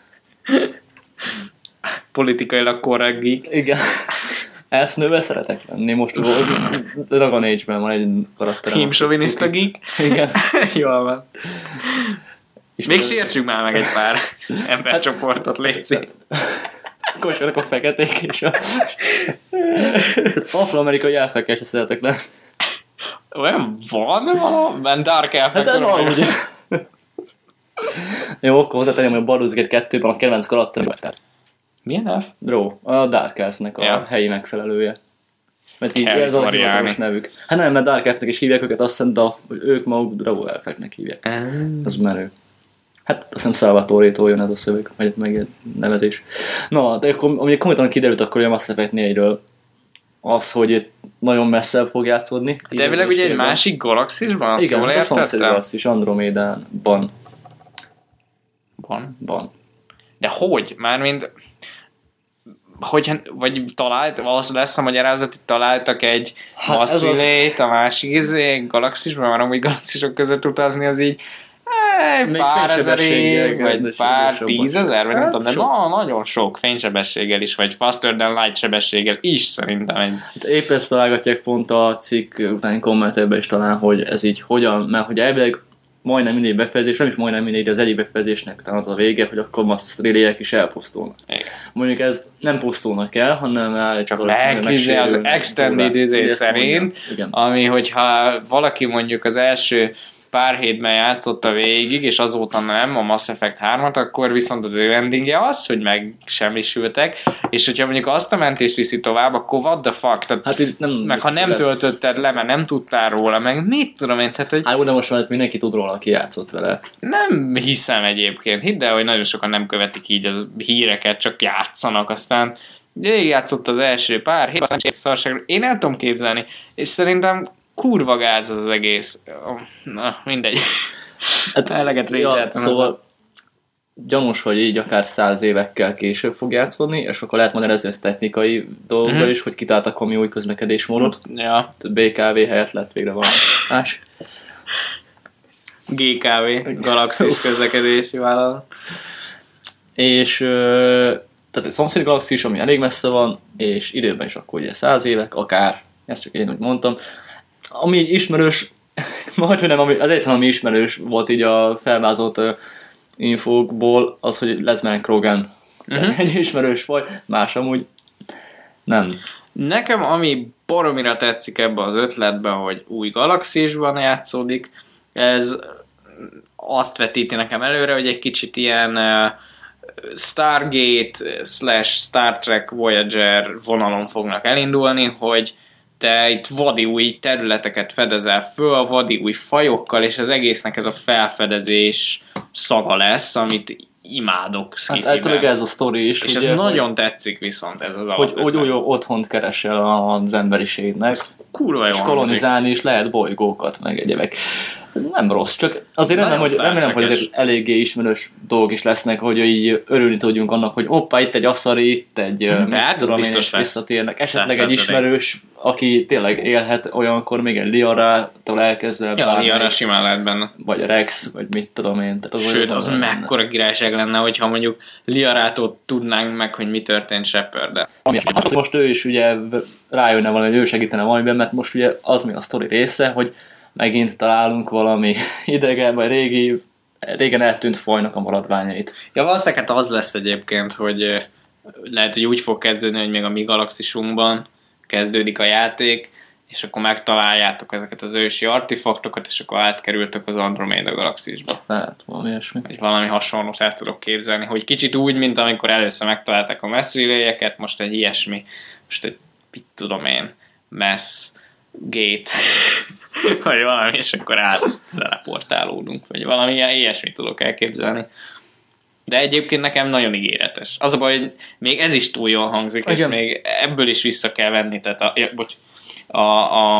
Politikailag korrekt geek. Igen. Elfnővel szeretek lenni. Most volt Dragon Age-ben van egy karakterem. Hímsoviniszta geek. Igen. Jól van. És Még akkor- sértsük már meg egy pár embercsoportot, létszik. Kosarok a feketék és a... Afroamerikai elfekkel se szeretek lenni. Olyan van valami? Dark Elfek. Hát de van, ugye. Jó, akkor hozzátenném, hogy a Baldur's Gate kettőben a kedvenc karakterem. Milyen elf? Drow, a Dark Elfnek a Ja. helyi megfelelője. Mert így Kell ez a variálni. hivatalos nevük. Hát nem, mert Dark Elfnek is hívják őket, azt hiszem, de ők maguk Drow Elfeknek hívják. Az menő. Hát azt hiszem Salvatore-tól jön ez a szöveg, vagy meg nevezés. Na, de akkor, ami konkrétan kiderült akkor a Mass Effect négyről, az, hogy nagyon messze fog játszódni. De elvileg ugye egy Időben. másik galaxisban, azt Igen, jól hát a szomszéd értettem? galaxis Andromédában Van. van. De hogy? Mármint, hogyha, vagy talált, az lesz a magyarázat, hogy találtak egy Hát hát ez az- masszvilét a másik izé, galaxisban, mert amúgy galaxisok között utazni az így eh, Még pár ezer fénysebességgel, év, de vagy pár gyorsabban tízezer, vagy nem Hát tudom, de sok. na, nagyon sok fénysebességgel is, vagy faster than light sebességgel is szerintem egy Hát épp ezt találgatják pont a cikk utáni kommentelben is talán, hogy ez így hogyan, mert hogy elvileg majdnem mindig befejezés, nem is majdnem mindig, de az egyik befejezésnek talán az a vége, hogy akkor mass reléjek is elpusztulnak. igen. Mondjuk ez nem pusztulnak el, hanem Csak meg, izé, az extended izé szerint, Igen. ami hogyha valaki mondjuk az első pár hétben játszotta végig, és azóta nem a Mass Effect hármat, akkor viszont az ő endingje az, hogy megsemmisültek, és hogyha mondjuk azt a mentést viszi tovább, akkor what the fuck? Tehát, Hát itt nem meg ha biztos, nem hogy lesz- töltötted le, mert nem tudtál róla, meg mit tudom én, tehát hogy Hát de most már mindenki tud róla, aki játszott vele. nem hiszem egyébként. Hidd el, hogy nagyon sokan nem követik így a híreket, csak játszanak, aztán végigjátszott az első pár hét, aztán egy szarságról. Én el tudom képzelni, és szerintem kurva gáz az, az egész. Na, mindegy. Hát, Eleget régyeltem szóval gyanús, hogy így akár száz évekkel később fog játszódni, és akkor lehet magyarázni ezt technikai dolgokban Mhm. is, hogy kitáltak a új közlekedésmódot. Ja, bé ká vé helyett lett végre valami más. gé ká vé, Galaxis közlekedési vállalat. És ö, tehát egy szomszéd galaxis, ami elég messze van, és időben is akkor ugye száz évek, akár, ezt csak én úgy mondtam. Ami így ismerős, majd nem, ami, az egyetlen, ami ismerős volt így a felvázolt ö, infókból, az, hogy Lesman Krogan. Tehát Mhm. egy ismerős faj, más amúgy nem. Nekem ami baromira tetszik ebbe az ötletbe, hogy új galaxisban játszódik, ez azt vetíti nekem előre, hogy egy kicsit ilyen uh, Stargate slash Star Trek Voyager vonalon fognak elindulni, hogy te itt vadi új területeket fedezel föl, vadi új fajokkal, és az egésznek ez a felfedezés szaga lesz, amit imádok Hát sci-fiben. általában ez a sztori is, És ugye, ez hogy, nagyon tetszik viszont ez az hogy, alapötlet. hogy úgy otthont keresel az emberiségnek, Kurva jó és hangzik. kolonizálni is lehet bolygókat, meg egyebek. Ez nem rossz, csak azért remélem, hogy, remélem, hogy ezek eléggé ismerős dolgok is lesznek, hogy így örülni tudjunk annak, hogy hoppá, itt egy asszari, itt egy Hmm, hát, tudom én, és visszatérnek. Esetleg egy ismerős, aki tényleg élhet olyankor, még egy Liarától elkezdve. Ja, a Liara simán lehet benne. Vagy a Rex, vagy mit tudom én. Tehát az Sőt, az, az mekkora királyság lenne, hogyha mondjuk Liarától tudnánk meg, hogy mi történt Shepard-del. Most ő is ugye rájönne valami, hogy ő segítene valamiben, mert most ugye az mi a sztori része, hogy megint találunk valami idegen, vagy régi, régen eltűnt fajnak a maradványait. Ja, valószínűleg hát az lesz egyébként, hogy lehet, hogy úgy fog kezdődni, hogy még a mi galaxisunkban kezdődik a játék, és akkor megtaláljátok ezeket az ősi artefaktokat, és akkor átkerültök az Andromeda galaxisba. Lehet, valami ilyesmi. Vagy valami hasonlót el tudok képzelni, hogy kicsit úgy, mint amikor először megtalálták a Mass-reléjeket, most egy ilyesmi, most egy, mit tudom én, Mass Gate, vagy valami, és akkor áteleportálódunk, vagy valami ilyesmit tudok elképzelni. De egyébként nekem nagyon ígéretes. Az a baj, hogy még ez is túl jól hangzik, igen. És még ebből is vissza kell venni, tehát a, ja, bocs, a, a,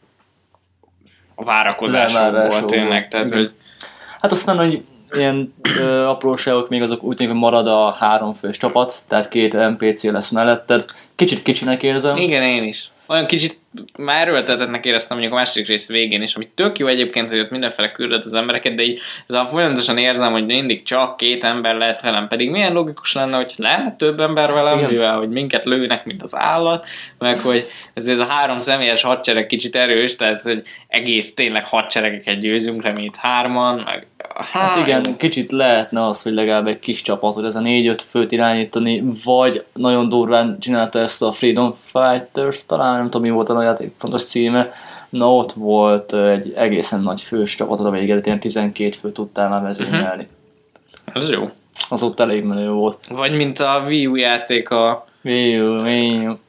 a várakozásokból tényleg, tehát igen. Hogy... Hát aztán, hogy ilyen ö, apróságok még azok úgy tűnik, hogy marad a három fős csapat, tehát két en pé cé lesz melletted. Kicsit kicsinek érzem. Igen, én is. Olyan kicsit már erőltetetnek éreztem mondjuk a második rész végén is, ami tök jó egyébként, hogy ott mindenfele küldött az embereket, de így ezzel folyamatosan érzem, hogy mindig csak két ember lehet velem, pedig milyen logikus lenne, hogy lenne több ember velem, igen. Mivel hogy minket lőnek, mint az állat, meg hogy ez, ez a három személyes hadsereg kicsit erős, tehát hogy egész tényleg hadseregeket győzünk le, mint hárman, meg hát igen, jó. Kicsit lehetne az, hogy legalább egy kis csapat, hogy ez a négy-öt főt irányítani, vagy nagyon durván csinálta ezt a Freedom Fighters, talán nem tudom mi volt a játék fontos címe, na ott volt egy egészen nagy fős csapatod a végére, ilyen tizenkét fő tudtál már vezényelni. Uh-huh. Ez jó. Az ott elég menő volt. Vagy mint a Wii U játék a... Wii U, Wii U.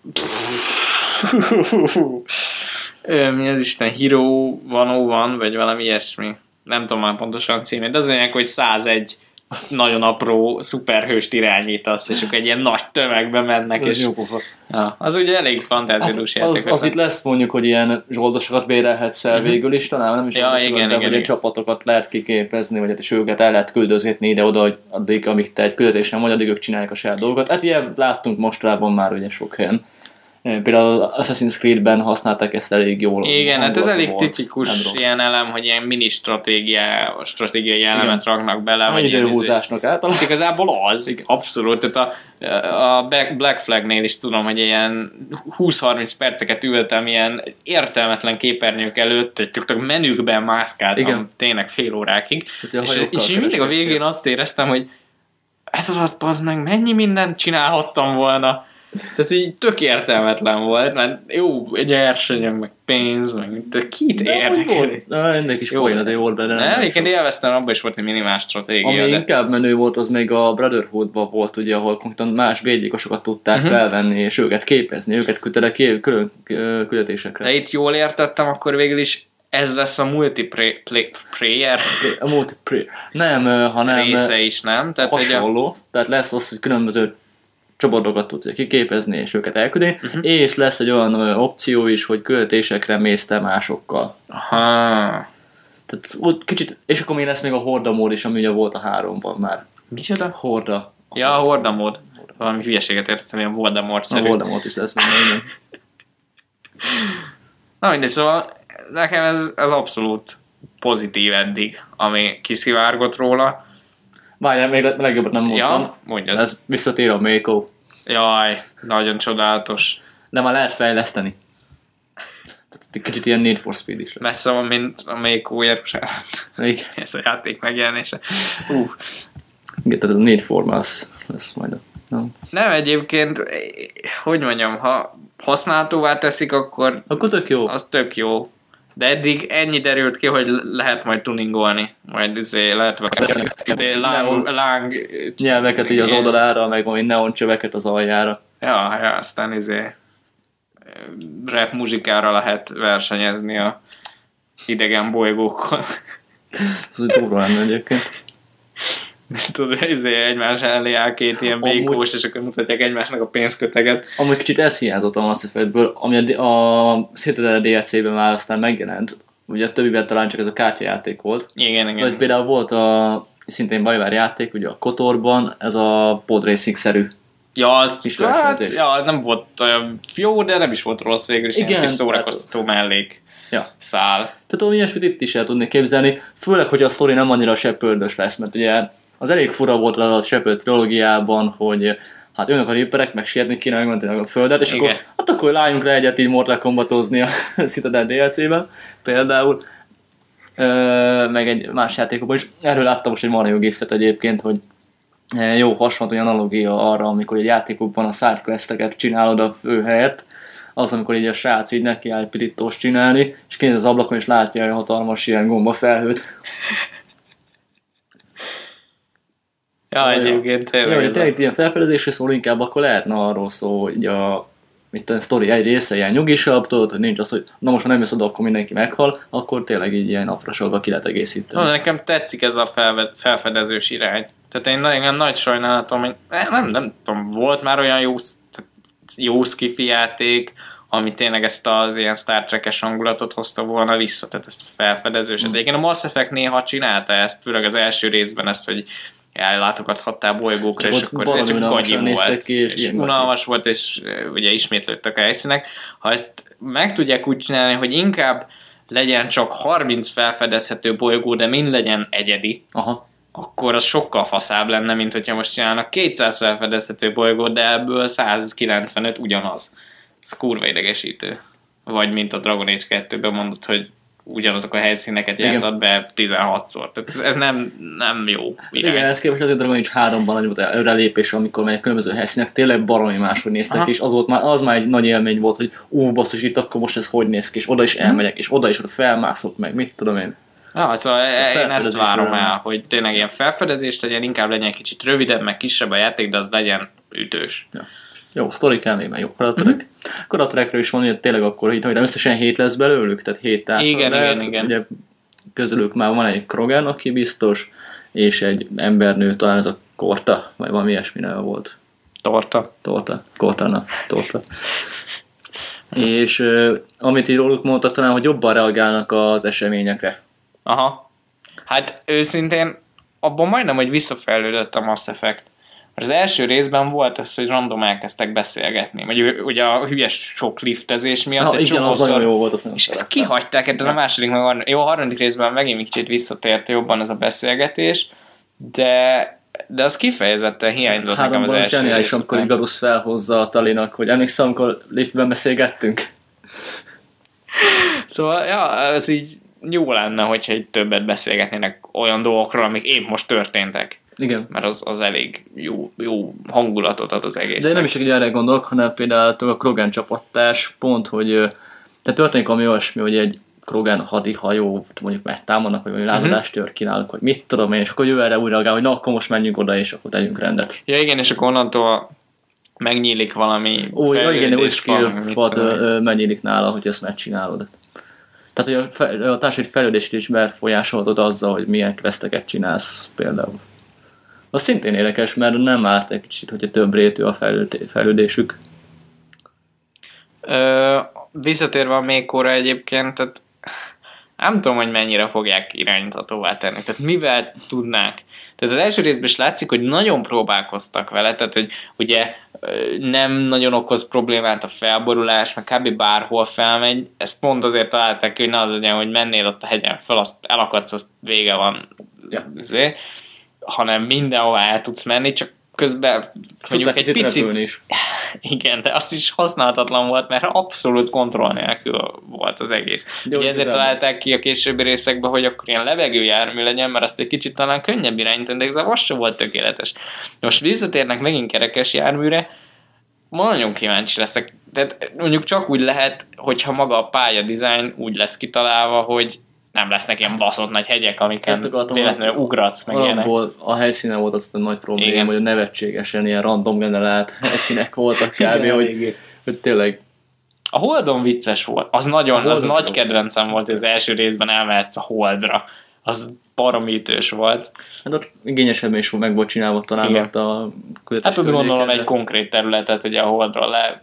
Mi az Isten, Hero száz egy, vagy valami ilyesmi. Nem tudom már pontosan címét, de az olyan, hogy százegy nagyon apró szuperhőst irányítasz, és ők egy ilyen nagy tömegbe mennek. Ez és... jó pofa. Ja, az ugye elég fantáziadús hát játék. Az, az itt lesz mondjuk, hogy ilyen zsoldosokat vérelhetsz fel uh-huh. végül is, talán nem is ja, igen, de igen, hogy igen. egy csapatokat lehet kiképezni, vagy hát is őket el lehet küldözgetni ide-oda, addig, amíg te egy küldetésen vagy, addig ők csinálják a saját dolgokat. Hát ilyen láttunk mostanában már ugye sok helyen. Például Assassin's Creed-ben használták ezt elég jól. Igen, hát ez elég volt, tipikus ilyen elem, hogy ilyen mini stratégia, stratégiai elemet igen. raknak bele. A időhúzásnak általában. Igazából az, igen. Abszolút. Tehát a, a Black Flag-nél is tudom, hogy ilyen húsz-harminc perceket ültem ilyen értelmetlen képernyők előtt, csak menükben mászkáltam igen. tényleg fél órákig. És, és én mindig a végén azt éreztem, hogy ez alatt az meg mennyi mindent csinálhattam volna. Tehát így tök értelmetlen volt, mert jó, egy nyersanyag, meg pénz, meg de kit érdekel? Na, ennek is poén azért volt benne. Nem, egyébként élveztem, abban is volt egy minimál stratégia. Ami de... inkább menő volt, az még a Brotherhood-ban volt, ugye, ahol konkrétan más bégyékosokat tudták uh-huh. felvenni, és őket képezni, őket küldtek külön küldetésekre. De itt jól értettem, akkor végül is ez lesz a multiplayer a multiplayer. Nem, hanem része is, nem? Tehát hasonló. A... Tehát lesz az, hogy különböző csapatokat tudsz kiképezni és őket elküldeni, uh-huh. és lesz egy olyan opció is, hogy költésekre mész te másokkal. Aha. Tehát ott kicsit, és akkor még lesz még a Horda mód is, ami ugye volt a háromban már. Micsoda? Horda. Ja, a Horda mód. Valami hülyeséget értettem, ilyen Voldemort-szerű. A Voldemort is lesz benne. Na mindegy, szóval nekem ez, ez abszolút pozitív eddig, ami kiszivárgott róla. Várjál, még legjobbat nem mondtam. Ja, mondjad. Ez visszatér a Mako. Jaj, nagyon csodálatos. De már lehet fejleszteni. Kicsit ilyen Need for Speed is lesz. Messze van, mint a Mako Jeruzsálem. Igen. Ez a játék megjelenése. Uh. Igen, tehát a Need for lesz, lesz majd a... Nem. Nem, egyébként, hogy mondjam, ha használhatóvá teszik, akkor... Akkor tök jó. Az tök jó. De eddig ennyi derült ki, hogy lehet majd tuningolni. Majd izé lehet vagy láng, láng... nyelveket így az oldalára, meg majd neoncsöveket az aljára. Ja, ja, aztán izé rap muzsikára lehet versenyezni a idegen bolygókkal. Ez úgy durva lenne egyébként. Tudod, izé egymás elé áll két ilyen békós, és akkor mutatják egymásnak a pénzköteget. Amúgy kicsit ez hiányzott a Mass Effectből, ami a, a Citadel dé el cé-ben már aztán megjelent, ugye a többiben talán csak ez a kártyajáték volt. Igen, igen. Vagy például volt a szintén Bajvár játék, ugye a Kotorban, ez a podracing-szerű. Ja, az Kis hát, versenyzés. ja, nem volt olyan jó, de nem is volt rossz végül is. Igen, Igen, kis szórakoztató mellék Ja. szál. Tehát olyan ilyesmit itt is el tudnék képzelni, főleg, hogy a sztori nem annyira Shepard-ös lesz, mert ugye az elég fura volt az a Shepard trilógiában, hogy hát önök a ripperek, meg sietni kéne megmenteni a földet, és Igen. akkor hát akkor lányunk le egyet így Mortal Kombatozni a Citadel dé el cé-ben például, Ö, meg egy más játékokban is. Erről láttam most egy marha jó gifet egyébként, hogy jó hasonló analogia arra, amikor egy játékokban a sidequesteket csinálod a fő helyett, az, amikor így a srác így neki áll pirítós csinálni, és kinéz az ablakon, és látja a hatalmas ilyen gombafelhőt. Ja, Szóval, egyébként Ja, tényleg. hogy ez tényleg ilyen felfedezésre szól, inkább akkor lehetne arról szó, hogy a itt a sztori egy része ilyen nyugisabb, tudod, hogy nincs az, hogy na most, ha nem jössz oda, akkor mindenki meghal, akkor tényleg így ilyen naprasolva ki lehet egészíteni. No, nekem tetszik ez a felve- felfedezős irány. Tehát én nagyon nagy sajnálatom, hogy nem, nem tudom, volt már olyan jó, tehát jó skifi játék, ami tényleg ezt az ilyen Star Trek-es hangulatot hozta volna vissza, tehát ezt a felfedezőset. Mm. Igen, a Mass Effect néha csinálta ezt, főleg az első részben ezt, hogy ellátogathattál bolygókra, Csak és ott akkor baromi csak unalmasan gagyi néztek volt, ki, és és, ilyen unalmas volt, és uh, ugye ismétlődtek a helyszínek. Ha ezt meg tudják úgy csinálni, hogy inkább legyen csak harminc felfedezhető bolygó, de mind legyen egyedi, Aha. akkor az sokkal faszább lenne, mint hogyha most csinálnak kétszáz felfedezhető bolygót, de ebből százkilencvenöt ugyanaz. Ez kurva idegesítő. Vagy mint a Dragon Age kettőben mondott, hogy ugyanazok a helyszíneket jártad be tizenhatszor. Tehát ez, ez nem, nem jó irány. Igen, ez képest azért Dragon Age háromban nagy volt előrelépés, amikor melyek különböző helyszínek tényleg baromi máshogy néztek, Aha. és az, volt már, az már egy nagy élmény volt, hogy ú, basszus, itt akkor most ez hogy néz ki, és oda is elmegyek, és oda is oda felmászok meg, mit tudom én. Ja, szóval én ezt felfedezésről várom lenne. el, hogy tényleg ilyen felfedezés legyen, inkább legyen egy kicsit rövidebb, meg kisebb a játék, de az legyen ütős. Ja. Jó, sztori kell még, meg jó karakterek. Mm-hmm. Karakterekről is van, hogy tényleg akkor itt, hogy összesen hét lesz belőlük, tehát hét társad Igen, lehet. igen, igen. Ugye közülük már van egy Krogan, aki biztos, és egy embernő, talán ez a Korta, vagy valami ilyesmi neve volt. Torta. Torta, Kortana, Torta. És uh, amit így róluk mondtak, talán, hogy jobban reagálnak az eseményekre. Aha. Hát őszintén abban majdnem, hogy visszafejlődött a Mass Effect. Az első részben volt ez, hogy random elkezdtek beszélgetni. Vagy ugye a hülyes sok liftezés miatt. Na, egy igen, az csomószor- nagyon jó volt, azt nem És ezt szerettem. kihagyták, ebben a második, meg a harmadik, jó, a harmadik részben megint egy kicsit visszatért jobban ez a beszélgetés, de, de az kifejezetten hiányzott nekem az Háromban az első zseniális, rész amikor után. Igarus felhozza a Talinak, hogy emlékszem, amikor liftben beszélgettünk. Szóval, ja, ez így jó lenne, hogyha egy többet beszélgetnének olyan dolgokról, amik épp most történtek. Igen. Mert az, az elég jó, jó hangulatot ad az egész. De én nem is csak így erre gondolok, hanem például a Krogan csapattárs pont, hogy ö, tehát történik ami olyasmi, hogy egy Krogan hadihajó mondjuk megtámadnak, vagy valami lázadást tör kínálnak, hogy mit tudom én, és akkor jövő erre úgy reagál, hogy na, akkor most menjünk oda, és akkor tegyünk rendet. Ja igen, és akkor onnantól megnyílik valami Ó, ja, igen, de új fejlődés, skill valami, mit fad tudom én. ö, ö, megnyílik nála, hogy ezt megcsinálod. Tehát, hogy a, fe, a társadalmi fejlődést is befolyásolhatod azzal, hogy milyen questeket csinálsz például. Az szintén érdekes, mert nem árt egy kicsit, hogyha több rétű a fejlődé- fejlődésük. Ö, visszatérve a Mékóra egyébként, tehát nem tudom, hogy mennyire fogják irányíthatóvá tenni. Tehát mivel tudnák? Tehát az első részben is látszik, hogy nagyon próbálkoztak vele, tehát hogy ugye ö, nem nagyon okoz problémát a felborulás, meg kb. Bárhol felmegy. Ezt pont azért találták ki, hogy ne az legyen, hogy mennél ott a hegyen fel, azt elakadsz, azt vége van. Ja. Azért, hanem mindenhol el tudsz menni, csak közben mondjuk egy picit... is. Igen, de az is használhatatlan volt, mert abszolút kontroll nélkül volt az egész. De Ugye ott ezért az találták ki a későbbi részekben, hogy akkor ilyen levegőjármű legyen, mert azt egy kicsit talán könnyebb irányítani, de igazából az sem volt tökéletes. Most visszatérnek megint kerekes járműre, nagyon kíváncsi leszek. Tehát mondjuk csak úgy lehet, hogyha maga a pálya design úgy lesz kitalálva, hogy nem lesznek ilyen baszott nagy hegyek, amiken Ezt akartam véletlenül ugratsz, meg ilyenek. Alapból a helyszínen volt az a nagy probléma, Igen. hogy a nevetségesen ilyen random generált helyszínek voltak kb. Igen, hogy, eléggé. hogy tényleg A Holdon vicces volt. Az nagyon, A az Holdon nagy jó. kedvencem volt, hogy az első részben elmehetsz a Holdra. Az baromi ütős volt. hát ott igényesebben is meg volt csinálva talán Igen. ott a Hát küldetés ott gondolom környéken, egy de- konkrét területet, ugye a Holdra le Hm.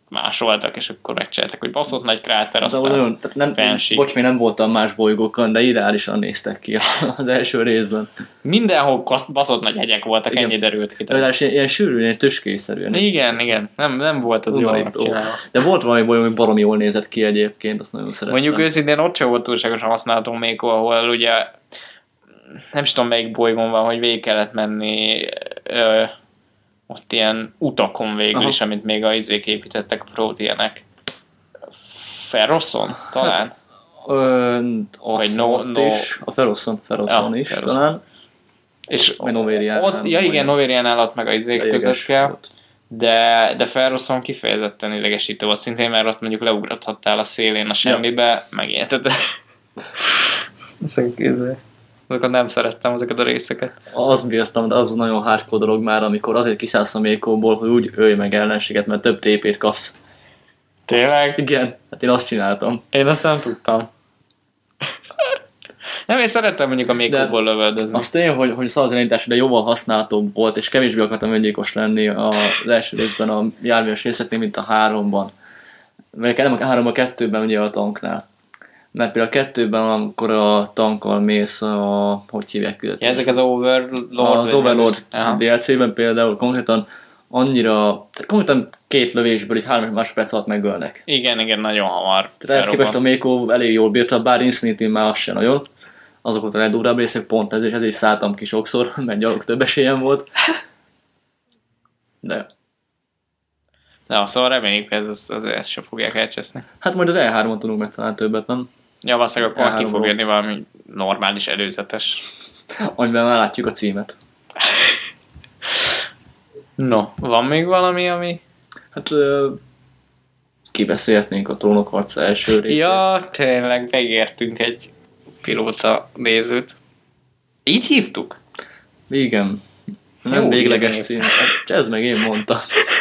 másoltak, és akkor megcsináltak, hogy baszott nagy kráter, De aztán nagyon, tehát nem, fenség. bocs, még nem voltam más bolygókon, de ideálisan néztek ki az első részben. Mindenhol kasz- baszott nagy hegyek voltak, Igen. ennyi derült ki. De ilyen, ilyen sűrű, ilyen tüskészerűen. Igen, igen, nem, nem volt az jól Undorító. megcsinálva. De volt valami bolygó, ami baromi jól nézett ki egyébként, azt nagyon szerettem. Mondjuk őszintén ott sem volt túlságosan használható még, ahol ugye nem is tudom melyik bolygón van, hogy végig kellett menni ö, ott ilyen utakon végül Aha. is, amit még a izék építettek, a proteanek. Ferroszon talán? Hát, Ö, Vagy azt no- ott no- is, a Feroszon, Feroszon Ja, is Feroszon. talán. és Vagy Novérián. ott, ja igen, Novérián alatt meg a izék Jeges között kell, volt. de, de Ferroszon kifejezetten idegesítő volt szintén, mert ott mondjuk leugrathattál a szélén a semmibe, megint. Tehát azokat nem szerettem, ezeket a részeket. Azt bírtam, de az volt nagyon hardcore dolog már, amikor azért kiszállsz a mékóból, hogy úgy ölj meg ellenséget, mert több té pét kapsz. Tényleg? Igen, hát én azt csináltam. Én azt nem tudtam. Nem, én szerettem mondjuk a mékóból lövöldözni. Az tény, hogy, hogy szalazenítás ide jóval használhatóbb volt, és kevésbé akartam öngyilkos lenni az első részben a járműves részeknél, mint a háromban. Mert nem a három, a kettőben ugye a tanknál. Mert például a kettőben, amikor a tankkal mész a, hogy hívják Ja, küldetés? ezek az Overlord... Az Overlord Aha. dé el cében például konkrétan annyira, tehát konkrétan két lövésből így három másodperc alatt megölnek. Igen, igen, nagyon hamar. Tehát ehhez képest a Méko elég jól bírta, bár Infinity már az se nagyon. Azok volt a legdurvább részek, pont ezért, ezért is szálltam ki sokszor, mert gyalog több esélyem volt. De Na, szóval reméljük, hogy ez, ez, ezt sem fogják elcseszni. hát majd az E háromon tudunk megtalálni többet, nem? Ja, valószínűleg akkor ki E háromról. fog jönni valami normális, előzetes. Amiben már látjuk a címet. No, van még valami, ami... Hát ö, kibeszélhetnénk a Trónok harca első részét. Ja, tényleg, megértünk egy pilóta nézőt. Így hívtuk? Igen. Nem Jó, végleges ilyen cím. Hát, ez meg én mondtam.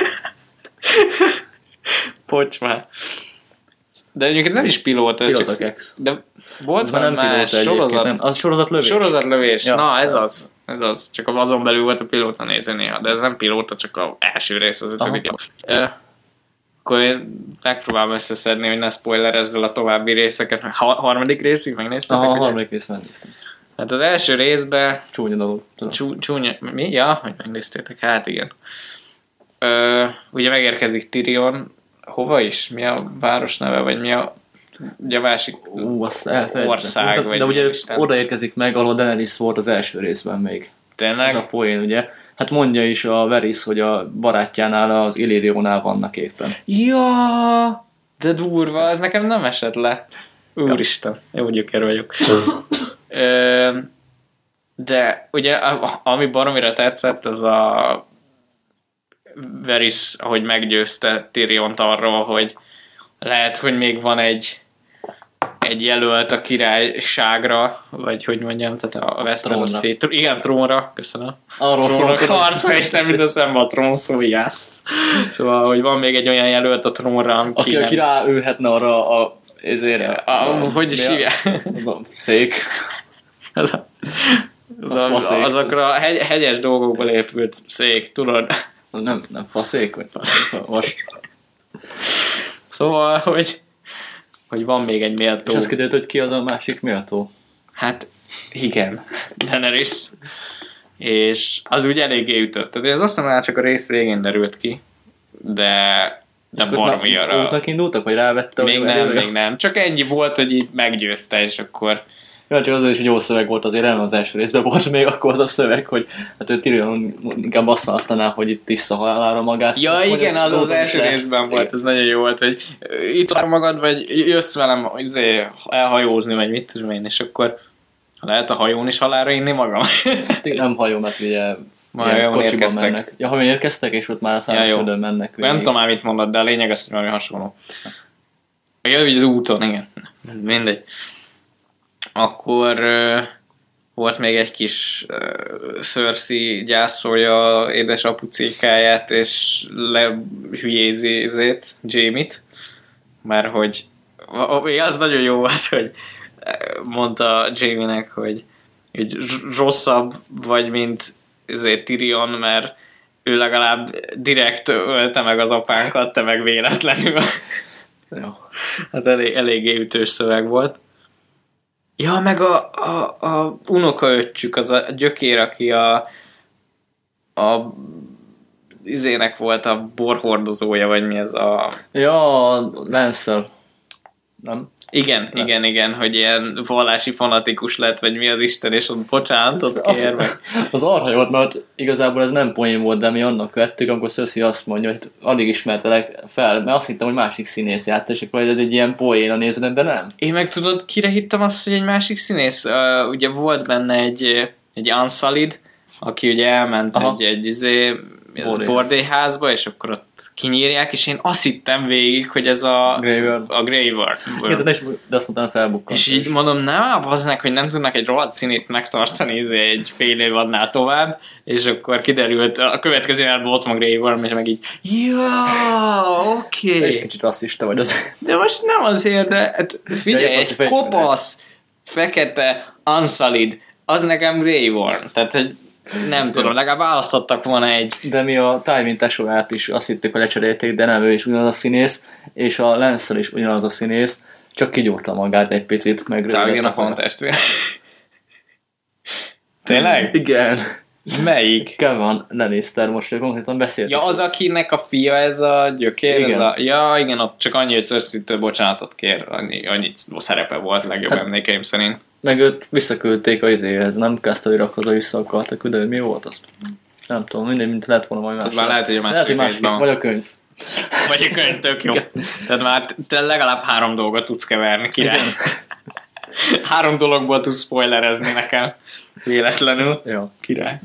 Bocs már. De egyébként nem is pilóta, ez Pilota csak... Kex. De volt Ez már már nem pilóta más egyébként, sorozat. nem. Az sorozatlövés. Sorozatlövés. Ja. Na, ez az. Ez az. Csak azon belül volt a pilóta nézni néha, de ez nem pilóta, csak az első rész az ötödik. Uh, akkor én megpróbálom összeszedni, hogy ne spoilerezzel a további részeket. Ha, harmadik részig megnéztetek? Aha, a ugye? harmadik részt megnéztem. Hát az első részben Csúnya dolog. tudom. csú, csúnya... Mi? Ja, hogy megnéztétek? Hát igen. Ö, ugye megérkezik Tyrion. Hova is? Mi a város neve? Vagy mi a... Ugye a másik Ú, azt elfelejtettem. ország? De, vagy de ugye Isten. odaérkezik meg, ahol Daenerys volt az első részben még. Tényleg? Ez a poén, ugye? Hát mondja is a Varys, hogy a barátjánál, az Illyrionál vannak éppen. Ja, de durva, ez nekem nem esett le. Úristen, jó gyökér vagyok. Ö, de ugye, a- ami baromira tetszett, az a Varys, ahogy meggyőzte Tyriont arról, hogy lehet, hogy még van egy egy jelölt a királyságra, vagy hogy mondjam, tehát a Westeros Trónra. szét... Igen, trónra, köszönöm. Arról Trónok szólok, harca, és nem mind eszembe a trón szó, yes. Szóval, hogy van még egy olyan jelölt a trónra, aki, aki, nem... aki ráülhetne arra a ezére. A, hogy is mi a- hívják? Az a szék. Az, a, az, A a, faszék. azokra a hegy, hegyes dolgokból épült szék, tudod? Nem, nem faszék, vagy faszék. Most. Szóval, hogy, hogy van még egy méltó. És azt kiderült, hogy ki az a másik méltó. Hát, igen. Daenerys. És az úgy eléggé ütött. Tehát ez azt hiszem már csak a rész végén derült ki, de de baromi arra. Útnak indultak, vagy rávette? Még vagy nem, elő? még nem. Csak ennyi volt, hogy így meggyőzte, és akkor Ja, csak azért is, hogy jó szöveg volt, azért nem az első részben volt még akkor az a szöveg, hogy hát ő Tyrion inkább azt választaná, hogy itt tiszta halálára magát. ja, hogy igen, az az azóta is első lehet. részben volt, ez nagyon jó volt, hogy itt vár magad, vagy jössz velem izé, elhajózni, vagy mit tudom én, és akkor ha lehet a hajón is halálra inni magam. Hát nem hajó, mert ugye Majd ilyen hajón kocsiban érkeztek. mennek. Ja, hajón érkeztek, és ott már a szárazföldön mennek. Nem tudom már mit mondod, de a lényeg az, hogy valami hasonló. Ja, hogy az úton, igen. Mindegy. Akkor uh, volt még egy kis uh, Cersei gyászolja édesapu cékáját, és lehülyézi ezét, Jaime-t, mert hogy az nagyon jó volt, hogy mondta Jaime-nek, hogy, hogy rosszabb vagy, mint ezért Tyrion, mert ő legalább direkt ölte meg az apánkat, te meg véletlenül. Jó. Hát elég, eléggé ütős szöveg volt. Ja, meg a, a, a unokaöccsük, az a gyökér, aki a, a izének volt a borhordozója, vagy mi ez a... Ja, Lancel. Nem? Igen, Lesz. igen, igen, hogy ilyen vallási fanatikus lett, vagy mi az Isten, és ott bocsánatot kér meg. Az arra jót, mert igazából ez nem poén volt, de mi annak vettük, amikor Cersei azt mondja, hogy addig ismertelek fel, mert azt hittem, hogy másik színész játszott, és akkor egy ilyen poéna nézed, de nem. Én meg tudod, kire hittem azt, hogy egy másik színész? Uh, ugye volt benne egy, egy Unsullied, aki ugye elment Aha. egy, egy izé, bordélyházba, és akkor ott kinyírják, és én azt hittem végig, hogy ez a Grey Worm. A Grey Worm. Igen, de, de azt mondtam felbukkant. És így mondom, nem, aznak, hogy nem tudnak egy rohadt színészt megtartani izé, egy fél év adnál tovább, és akkor kiderült, a következő évben ott van Grey Worm, és meg így, ja, oké. Okay. És kicsit rasszista vagy az. De most nem azért, de hát figyelj, egy kopasz, fekete, Unsullied, az nekem Grey Worm. Tehát, hogy nem tudom, legalább választottak volna egy... De mi a Tywin tesóját is azt hittük, hogy lecserélték, de nem, ő is ugyanaz a színész, és a Lancel is ugyanaz a színész, csak kigyúrta magát egy picit, meg Tywin a fantestvér. Tényleg? Igen. Melyik? Kevin Lannister, most konkrétan beszélt. Ja, az, akinek a fia ez a gyökér? Igen. Ez a... Ja, igen, ott csak annyi, hogy Cersei-től bocsánatot kér, annyi, annyi szerepe volt legjobb hát, emlékeim szerint. Meg őt visszaküldték a izéhez, nem Casterlyra haza vissza akartak küldeni, mi volt az? Nem tudom, mindegy, mint lehet volna majd másik. Az már lehet, hogy a másik, lehet, hogy másik rész, vagy a könyv. Vagy a könyv, tök jó. Tehát már te legalább három dolgot tudsz keverni, király. Három dologból tudsz spoilerezni nekem. Véletlenül. Ja. Király.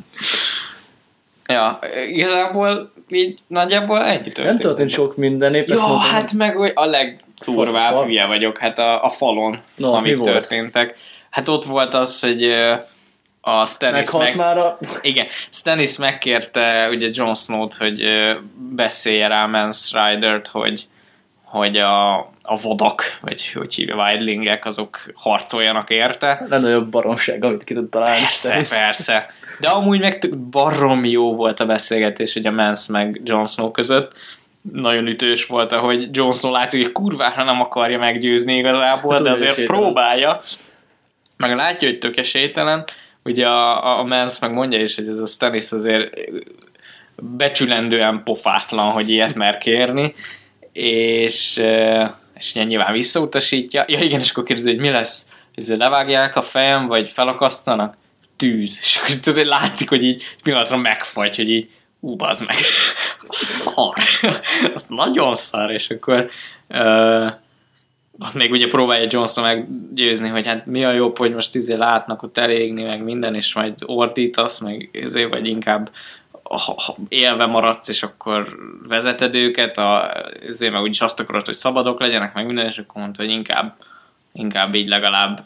Ja, igazából így nagyjából ennyi történt. Nem történt sok minden, épp Jó, hát meg a legturvább fal. hülye vagyok, hát a, a falon, no, amik történtek. Hát ott volt az, hogy a Stannis meg... már a... Igen, Stannis megkérte ugye Jon Snow-t, hogy beszélje rá Mance Ridert, hogy, hogy a, a vodak, vagy hogy hívja, wildlingek, azok harcoljanak érte. Legnagyobb baromság, amit ki tud találni. Persze, Stannis. persze. De amúgy meg baromi jó volt a beszélgetés ugye Mance meg Jon Snow között. Nagyon ütős volt, ahogy Jon Snow látszik, hogy kurvára nem akarja meggyőzni igazából, hát, de azért esélytelen. Próbálja. Meg látja, hogy tök esélytelen. Ugye a, a Mance meg mondja is, hogy ez a Stannis azért becsülendően pofátlan, hogy ilyet mer kérni. És, és ugye nyilván visszautasítja. Ja igen, és akkor kérdezi, hogy mi lesz? Ezzel levágják a fejem, vagy felakasztanak? Tűz. És akkor tudod, látszik, hogy így pillanatra megfagy, hogy így ú, bazd meg. Szar. Azt nagyon szar, és akkor uh, még ugye próbálja Jon Snow meggyőzni, hogy hát mi a jobb, hogy most izé látnak ott elégni, meg minden, és majd ordítasz, meg izé, vagy inkább ha élve maradsz, és akkor vezeted őket, a, izé, meg úgyis azt akarod, hogy szabadok legyenek, meg minden, és akkor mondta, hogy inkább, inkább így legalább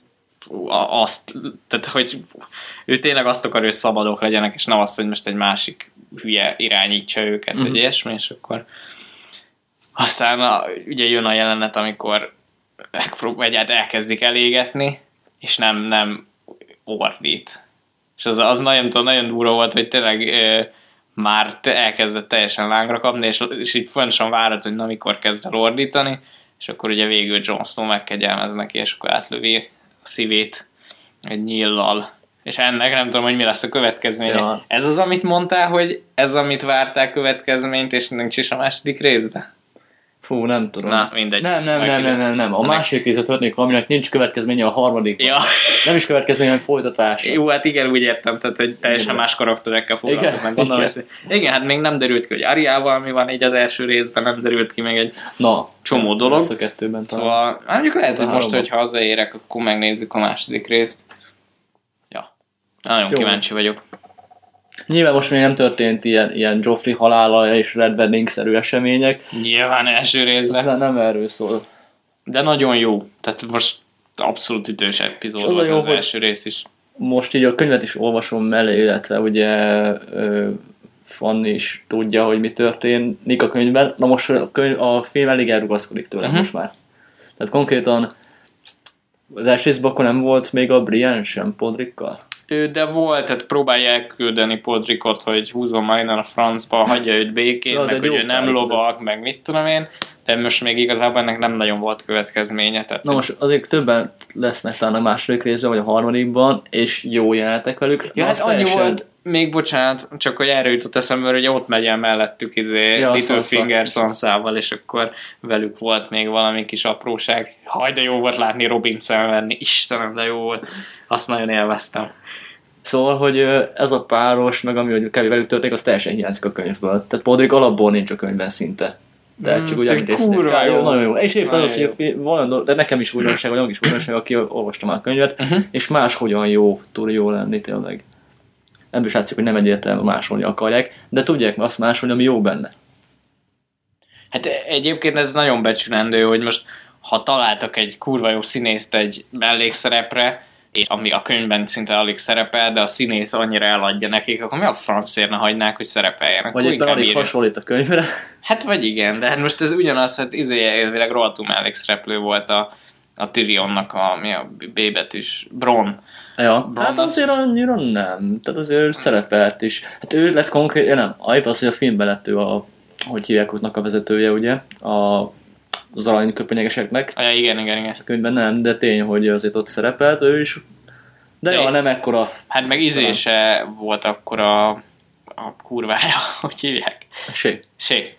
azt, tehát hogy ő tényleg azt akar, hogy szabadok legyenek, és nem azt, hogy most egy másik hülye irányítsa őket, mm-hmm. vagy ilyesmi, és akkor aztán a, ugye jön a jelenet, amikor vagy hát elkezdik elégetni, és nem, nem ordít. És az, az nagyon, nagyon durva volt, hogy tényleg e, már te elkezdett teljesen lángra kapni, és, és így fontosan várod, hogy na mikor kezd el ordítani, és akkor ugye végül Jon Snow megkegyelmez neki, és akkor átlövi a szívét egy nyíllal. És ennek nem tudom, hogy mi lesz a következménye. Ja. Ez az, amit mondtál, hogy ez, amit vártál következményt, és nincs is a második részben? Fú, nem tudom. Na, mindegy. Nem, nem, nem, nem, nem, nem. A Na, másik részet történik, aminek nincs következménye a harmadik. Ja. Nem is következménye, hanem folytatása. Jó, hát igen, úgy értem, tehát hogy teljesen igen. Más karakterekkel foglalkoznak. Igen, igen. igen, hát még nem derült ki, hogy Ariával mi van így az első részben, nem derült ki még egy Na, csomó dolog. A kettőben talán. Szóval, mondjuk lehet, hogy most, hogyha hazaérek, akkor megnézzük a második részt. Ja, nagyon jó. Kíváncsi vagyok. Nyilván most még nem történt ilyen, ilyen Joffrey halála és Red Wedding-szerű események. Nyilván első részben. Ez nem erről szól. De nagyon jó. Tehát most abszolút ütős epizód az volt jó, az első rész is. Most így a könyvet is olvasom mellé, illetve ugye Fanny is tudja, hogy mi történik a könyvben. Na most a, könyv, a film elég elrugaszkodik tőle uh-huh. most már. Tehát konkrétan az első részben akkor nem volt még a Brienne sem Podrickkal? Ő, de volt, tehát próbálja elküldeni Podrickot, hogy húzzon már innen a francba, hagyja őt békén, Az meg egy hogy jó ő nem pár, lovag, meg mit tudom én, de most még igazából ennek nem nagyon volt következménye. Tehát Na most azért többen lesznek talán a második részben, vagy a harmadikban, és jó jelentek velük. ja, hát annyi teljesen... volt, még bocsánat, csak hogy erre jutott eszembe, hogy ott megy el mellettük izé, ja, Littlefinger Sansa-val, és akkor velük volt még valami kis apróság. Haj, de jó volt látni Robint szemvenni, Istenem, de jó volt. Azt nagyon élveztem. Szóval, hogy ez a páros, meg ami hogy kevés velük történik, az teljesen hiányzik a könyvből. Tehát Podrick alapból nincs a könyvben szinte. De mm, csak úgy elintézték. Jó. Nagyon jó. És éppen az, hogy a van, de nekem is újdonság, vagy is újdonság, aki olvastam már a könyvet, uh-huh. és máshogyan jó, tud jó lenni tényleg. Ebből is látszik, hogy nem egyértelmű másolni akarják, de tudják azt másolni, ami jó benne. Hát egyébként ez nagyon becsülendő, hogy most ha találtak egy kurva jó színészt egy mellékszerepre, és ami a könyvben szinte alig szerepel, de a színész annyira eladja nekik, akkor mi a francért ne hagynák, hogy szerepeljenek? Vagy éppen alig hasonlít a könyvre. Hát vagy igen, de hát most ez ugyanaz, hát izé elvileg rohadtul mellékszereplő volt a, a Tyrionnak a, mi a B betűs, Bronn. Ja, Bronn hát azért az... annyira nem, tehát azért szerepelt is. Hát ő lett konkrét, ja nem, épp az, hogy a filmben lett ő a, hogy hívják a vezetője, ugye, a az aranyköpenyegeseknek. Ja, igen, igen, igen. A könyvben nem, de tény, hogy azért ott szerepelt ő is. De, de ja, nem ekkora. Hát meg izése volt akkor a, a kurvája, hogy hívják? Sé. Sé.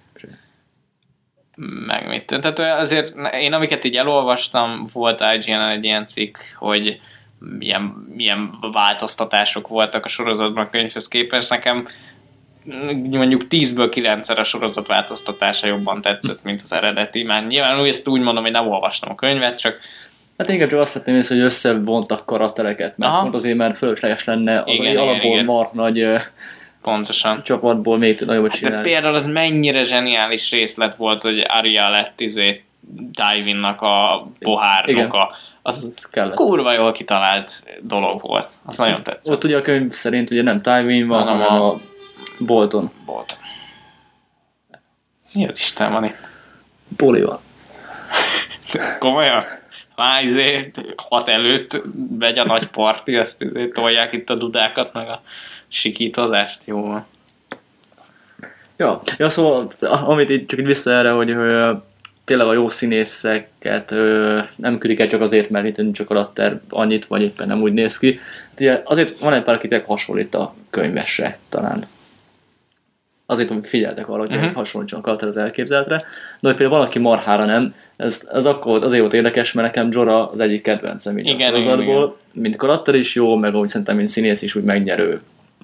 Meg mit. Tehát azért én amiket így elolvastam, volt I G N-en egy ilyen cikk, hogy milyen, milyen változtatások voltak a sorozatban a könyvhöz képest. Nekem mondjuk tízből kilencszer a sorozat változtatása jobban tetszett, mint az eredeti. Már nyilván úgy, ezt úgy mondom, hogy nem olvastam a könyvet, csak... Hát inkább csak azt vettem észre, hogy összevontak karaktereket, mert pont azért már fölösleges lenne az igen, alapból mark nagy pontosan. Csapatból még nagyobbat csinálni. De például az mennyire zseniális részlet volt, hogy Arya lett izé Tywinnak a pohárnoka. Az, az kurva jól kitalált dolog volt. Az nagyon tetszett. Ott ugye a könyv szerint ugye nem Tywin van, hanem a, a Bolton. Bolton. Mi az Isten van itt? Poli van. Komolyan? Már izé, hat előtt megy a nagy parti, ezt izé, tolják itt a dudákat, meg a sikítozást. Jó van. Ja, ja, szóval amit itt csak itt vissza erre, hogy, hogy tényleg a jó színészeket ö, nem küldik el csak azért, mert itt nincs a karakter annyit, vagy éppen nem úgy néz ki. Hát ugye azért van egy pár, akit hasonlít a könyvesre talán. Azért, hogy figyeltek arra, hogy uh-huh. hasonlítson a karakter az elképzeltre. De hogy például valaki marhára nem, ez, ez akkor azért volt érdekes, mert nekem Jorah az egyik kedvencem így igen, a sorozatból. Mint karakter is jó, meg úgy szerintem, mint színész is úgy megnyerő.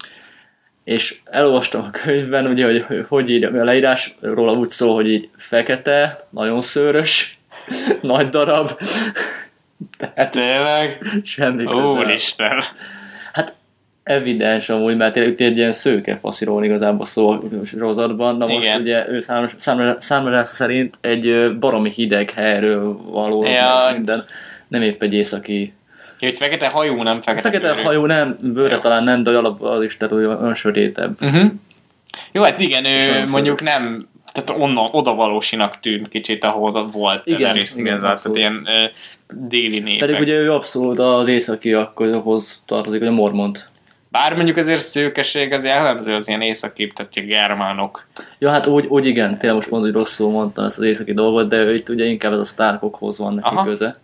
És elolvastam a könyvben, ugye, hogy, hogy, hogy így a leírás róla úgy szól, hogy így fekete, nagyon szőrös, nagy darab. Tehát tényleg? Semmi közel. Úristen! Hát evidens amúgy, mert tényleg egy ilyen szőke fasziról igazából szó a sorozatban. Na most igen. Ugye ő számolás szerint egy baromi hideg helyről való ja. minden. Nem épp egy északi. Hogy fekete hajú, nem fekete Fekete bőrű. Hajú nem, bőre talán nem, de alap az is tehát olyan sötétebb. Uh-huh. Jó, hát igen, ő mondjuk nem, tehát onnan, odavalósinak tűnt kicsit, ahol volt. Igen, rész, igen, tehát ilyen uh, déli népek. Pedig ugye ő abszolút az északiakhoz tartozik, hogy a mormont. Bár mondjuk azért szőkeség az jellemző az ilyen északibb, tehát a germánok. Ja, hát úgy, úgy igen, tényleg most mondom, hogy rosszul mondtam ezt az északi dolgot, de itt ugye inkább ez a Starkokhoz van neki aha. köze.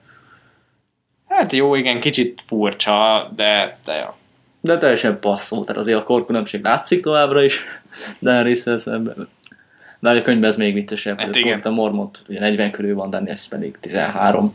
Hát jó, igen, kicsit furcsa, de, de jó. De teljesen passzol, tehát azért a korkülönbség látszik továbbra is, de részsel szemben. De a könyvben ez még viccesebb, hát hogy a mormont ugye negyven körül van, de ez pedig tizenhárom.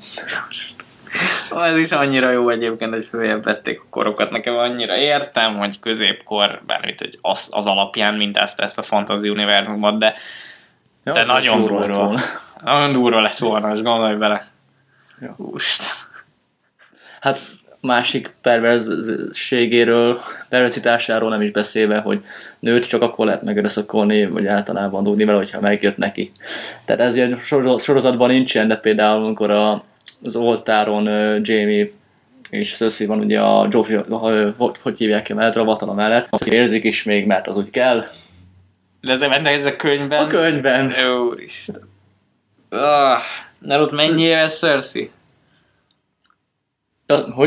Ez is annyira jó egyébként, hogy följebb vették a korokat. Nekem annyira értem, hogy középkor, bármit, hogy az, az alapján mintázta ezt a fantasy univerzumot, de, ja, de nagyon durva. Nagyon durva lett volna, és gondolj bele. Ja. Úristen. Hát másik perverzségéről, perverzitásáról nem is beszélve, hogy nőt csak akkor lehet megerőszakolni, vagy általában dugni vele, hogyha megjött neki. Tehát ez ugye sorozatban nincsen, de például amikor a, az oltáron uh, Jamie és Cersei van ugye a Joffrey, uh, hogy, hogy hívják ki mellett, ravatala mellett, azt érzik is még, mert az úgy kell. De ez ez a könyvben? A könyvben. Úristen. Ah, de ott mennyi éves Cersei? Ja, hogy mi?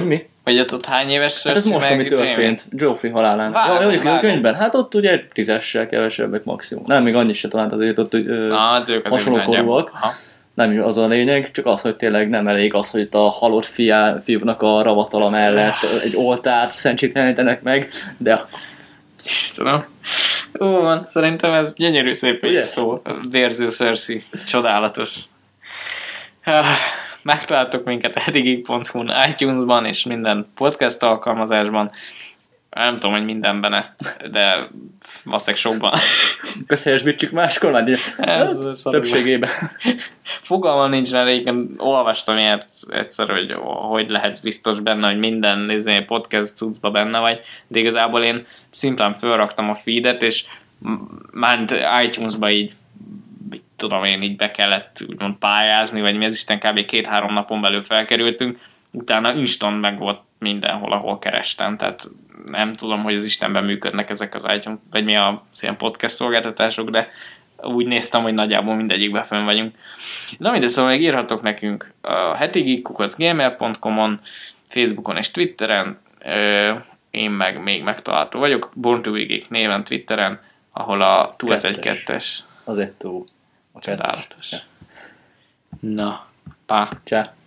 Vagy ott, ott hány éves Hát ez Cersei most, ami meg Jaime? történt, Joffrey halálán. Vágom, Ja, mondjuk a vágom. könyvben, hát ott ugye tízessel kevesebbek maximum. Nem, még annyit se talán, azért ott ö, Na, hát ők azért hasonló nagyjából. korúak. Aha. Nem is az a lényeg, csak az, hogy tényleg nem elég az, hogy itt a halott fiá, fiúknak a ravatala mellett egy oltárt szentsét jelenítenek meg, de akkor Istenem. Ó, van, szerintem ez gyönyörű szép egy Ugye? szó. Vérző Cersei. Csodálatos. Ah, Megtaláltok minket edigig pont hu-n, iTunes-ban és minden podcast alkalmazásban. Nem tudom, hogy mindenben, de valószínűleg sokban. ezt helyesbítsük máskor, már Ez- hát, ez többségében. Fogalmam nincs, mert egyébként olvastam ilyet egyszer, hogy hogy lehetsz biztos benne, hogy minden nézni, podcast cuccba benne vagy, de igazából én szimplán felraktam a feedet, és már iTunes-ba így mit tudom én, így be kellett úgymond pályázni, vagy mi az Isten, kb. két-három napon belül felkerültünk, utána instant meg volt mindenhol, ahol kerestem, tehát nem tudom, hogy az Istenben működnek ezek az iTunes, vagy mi a ilyen podcast szolgáltatások, de úgy néztem, hogy nagyjából mindegyikben fönn vagyunk. Na mindegy, szóval még írhatok nekünk a hetigig kukac gmail pont com-on, Facebookon és Twitteren, én meg még megtalálható vagyok, Born to be Geek néven Twitteren, ahol a tú ez egy kettes Az egy túl. A kettes. csodálatos. Na, pá. Csá.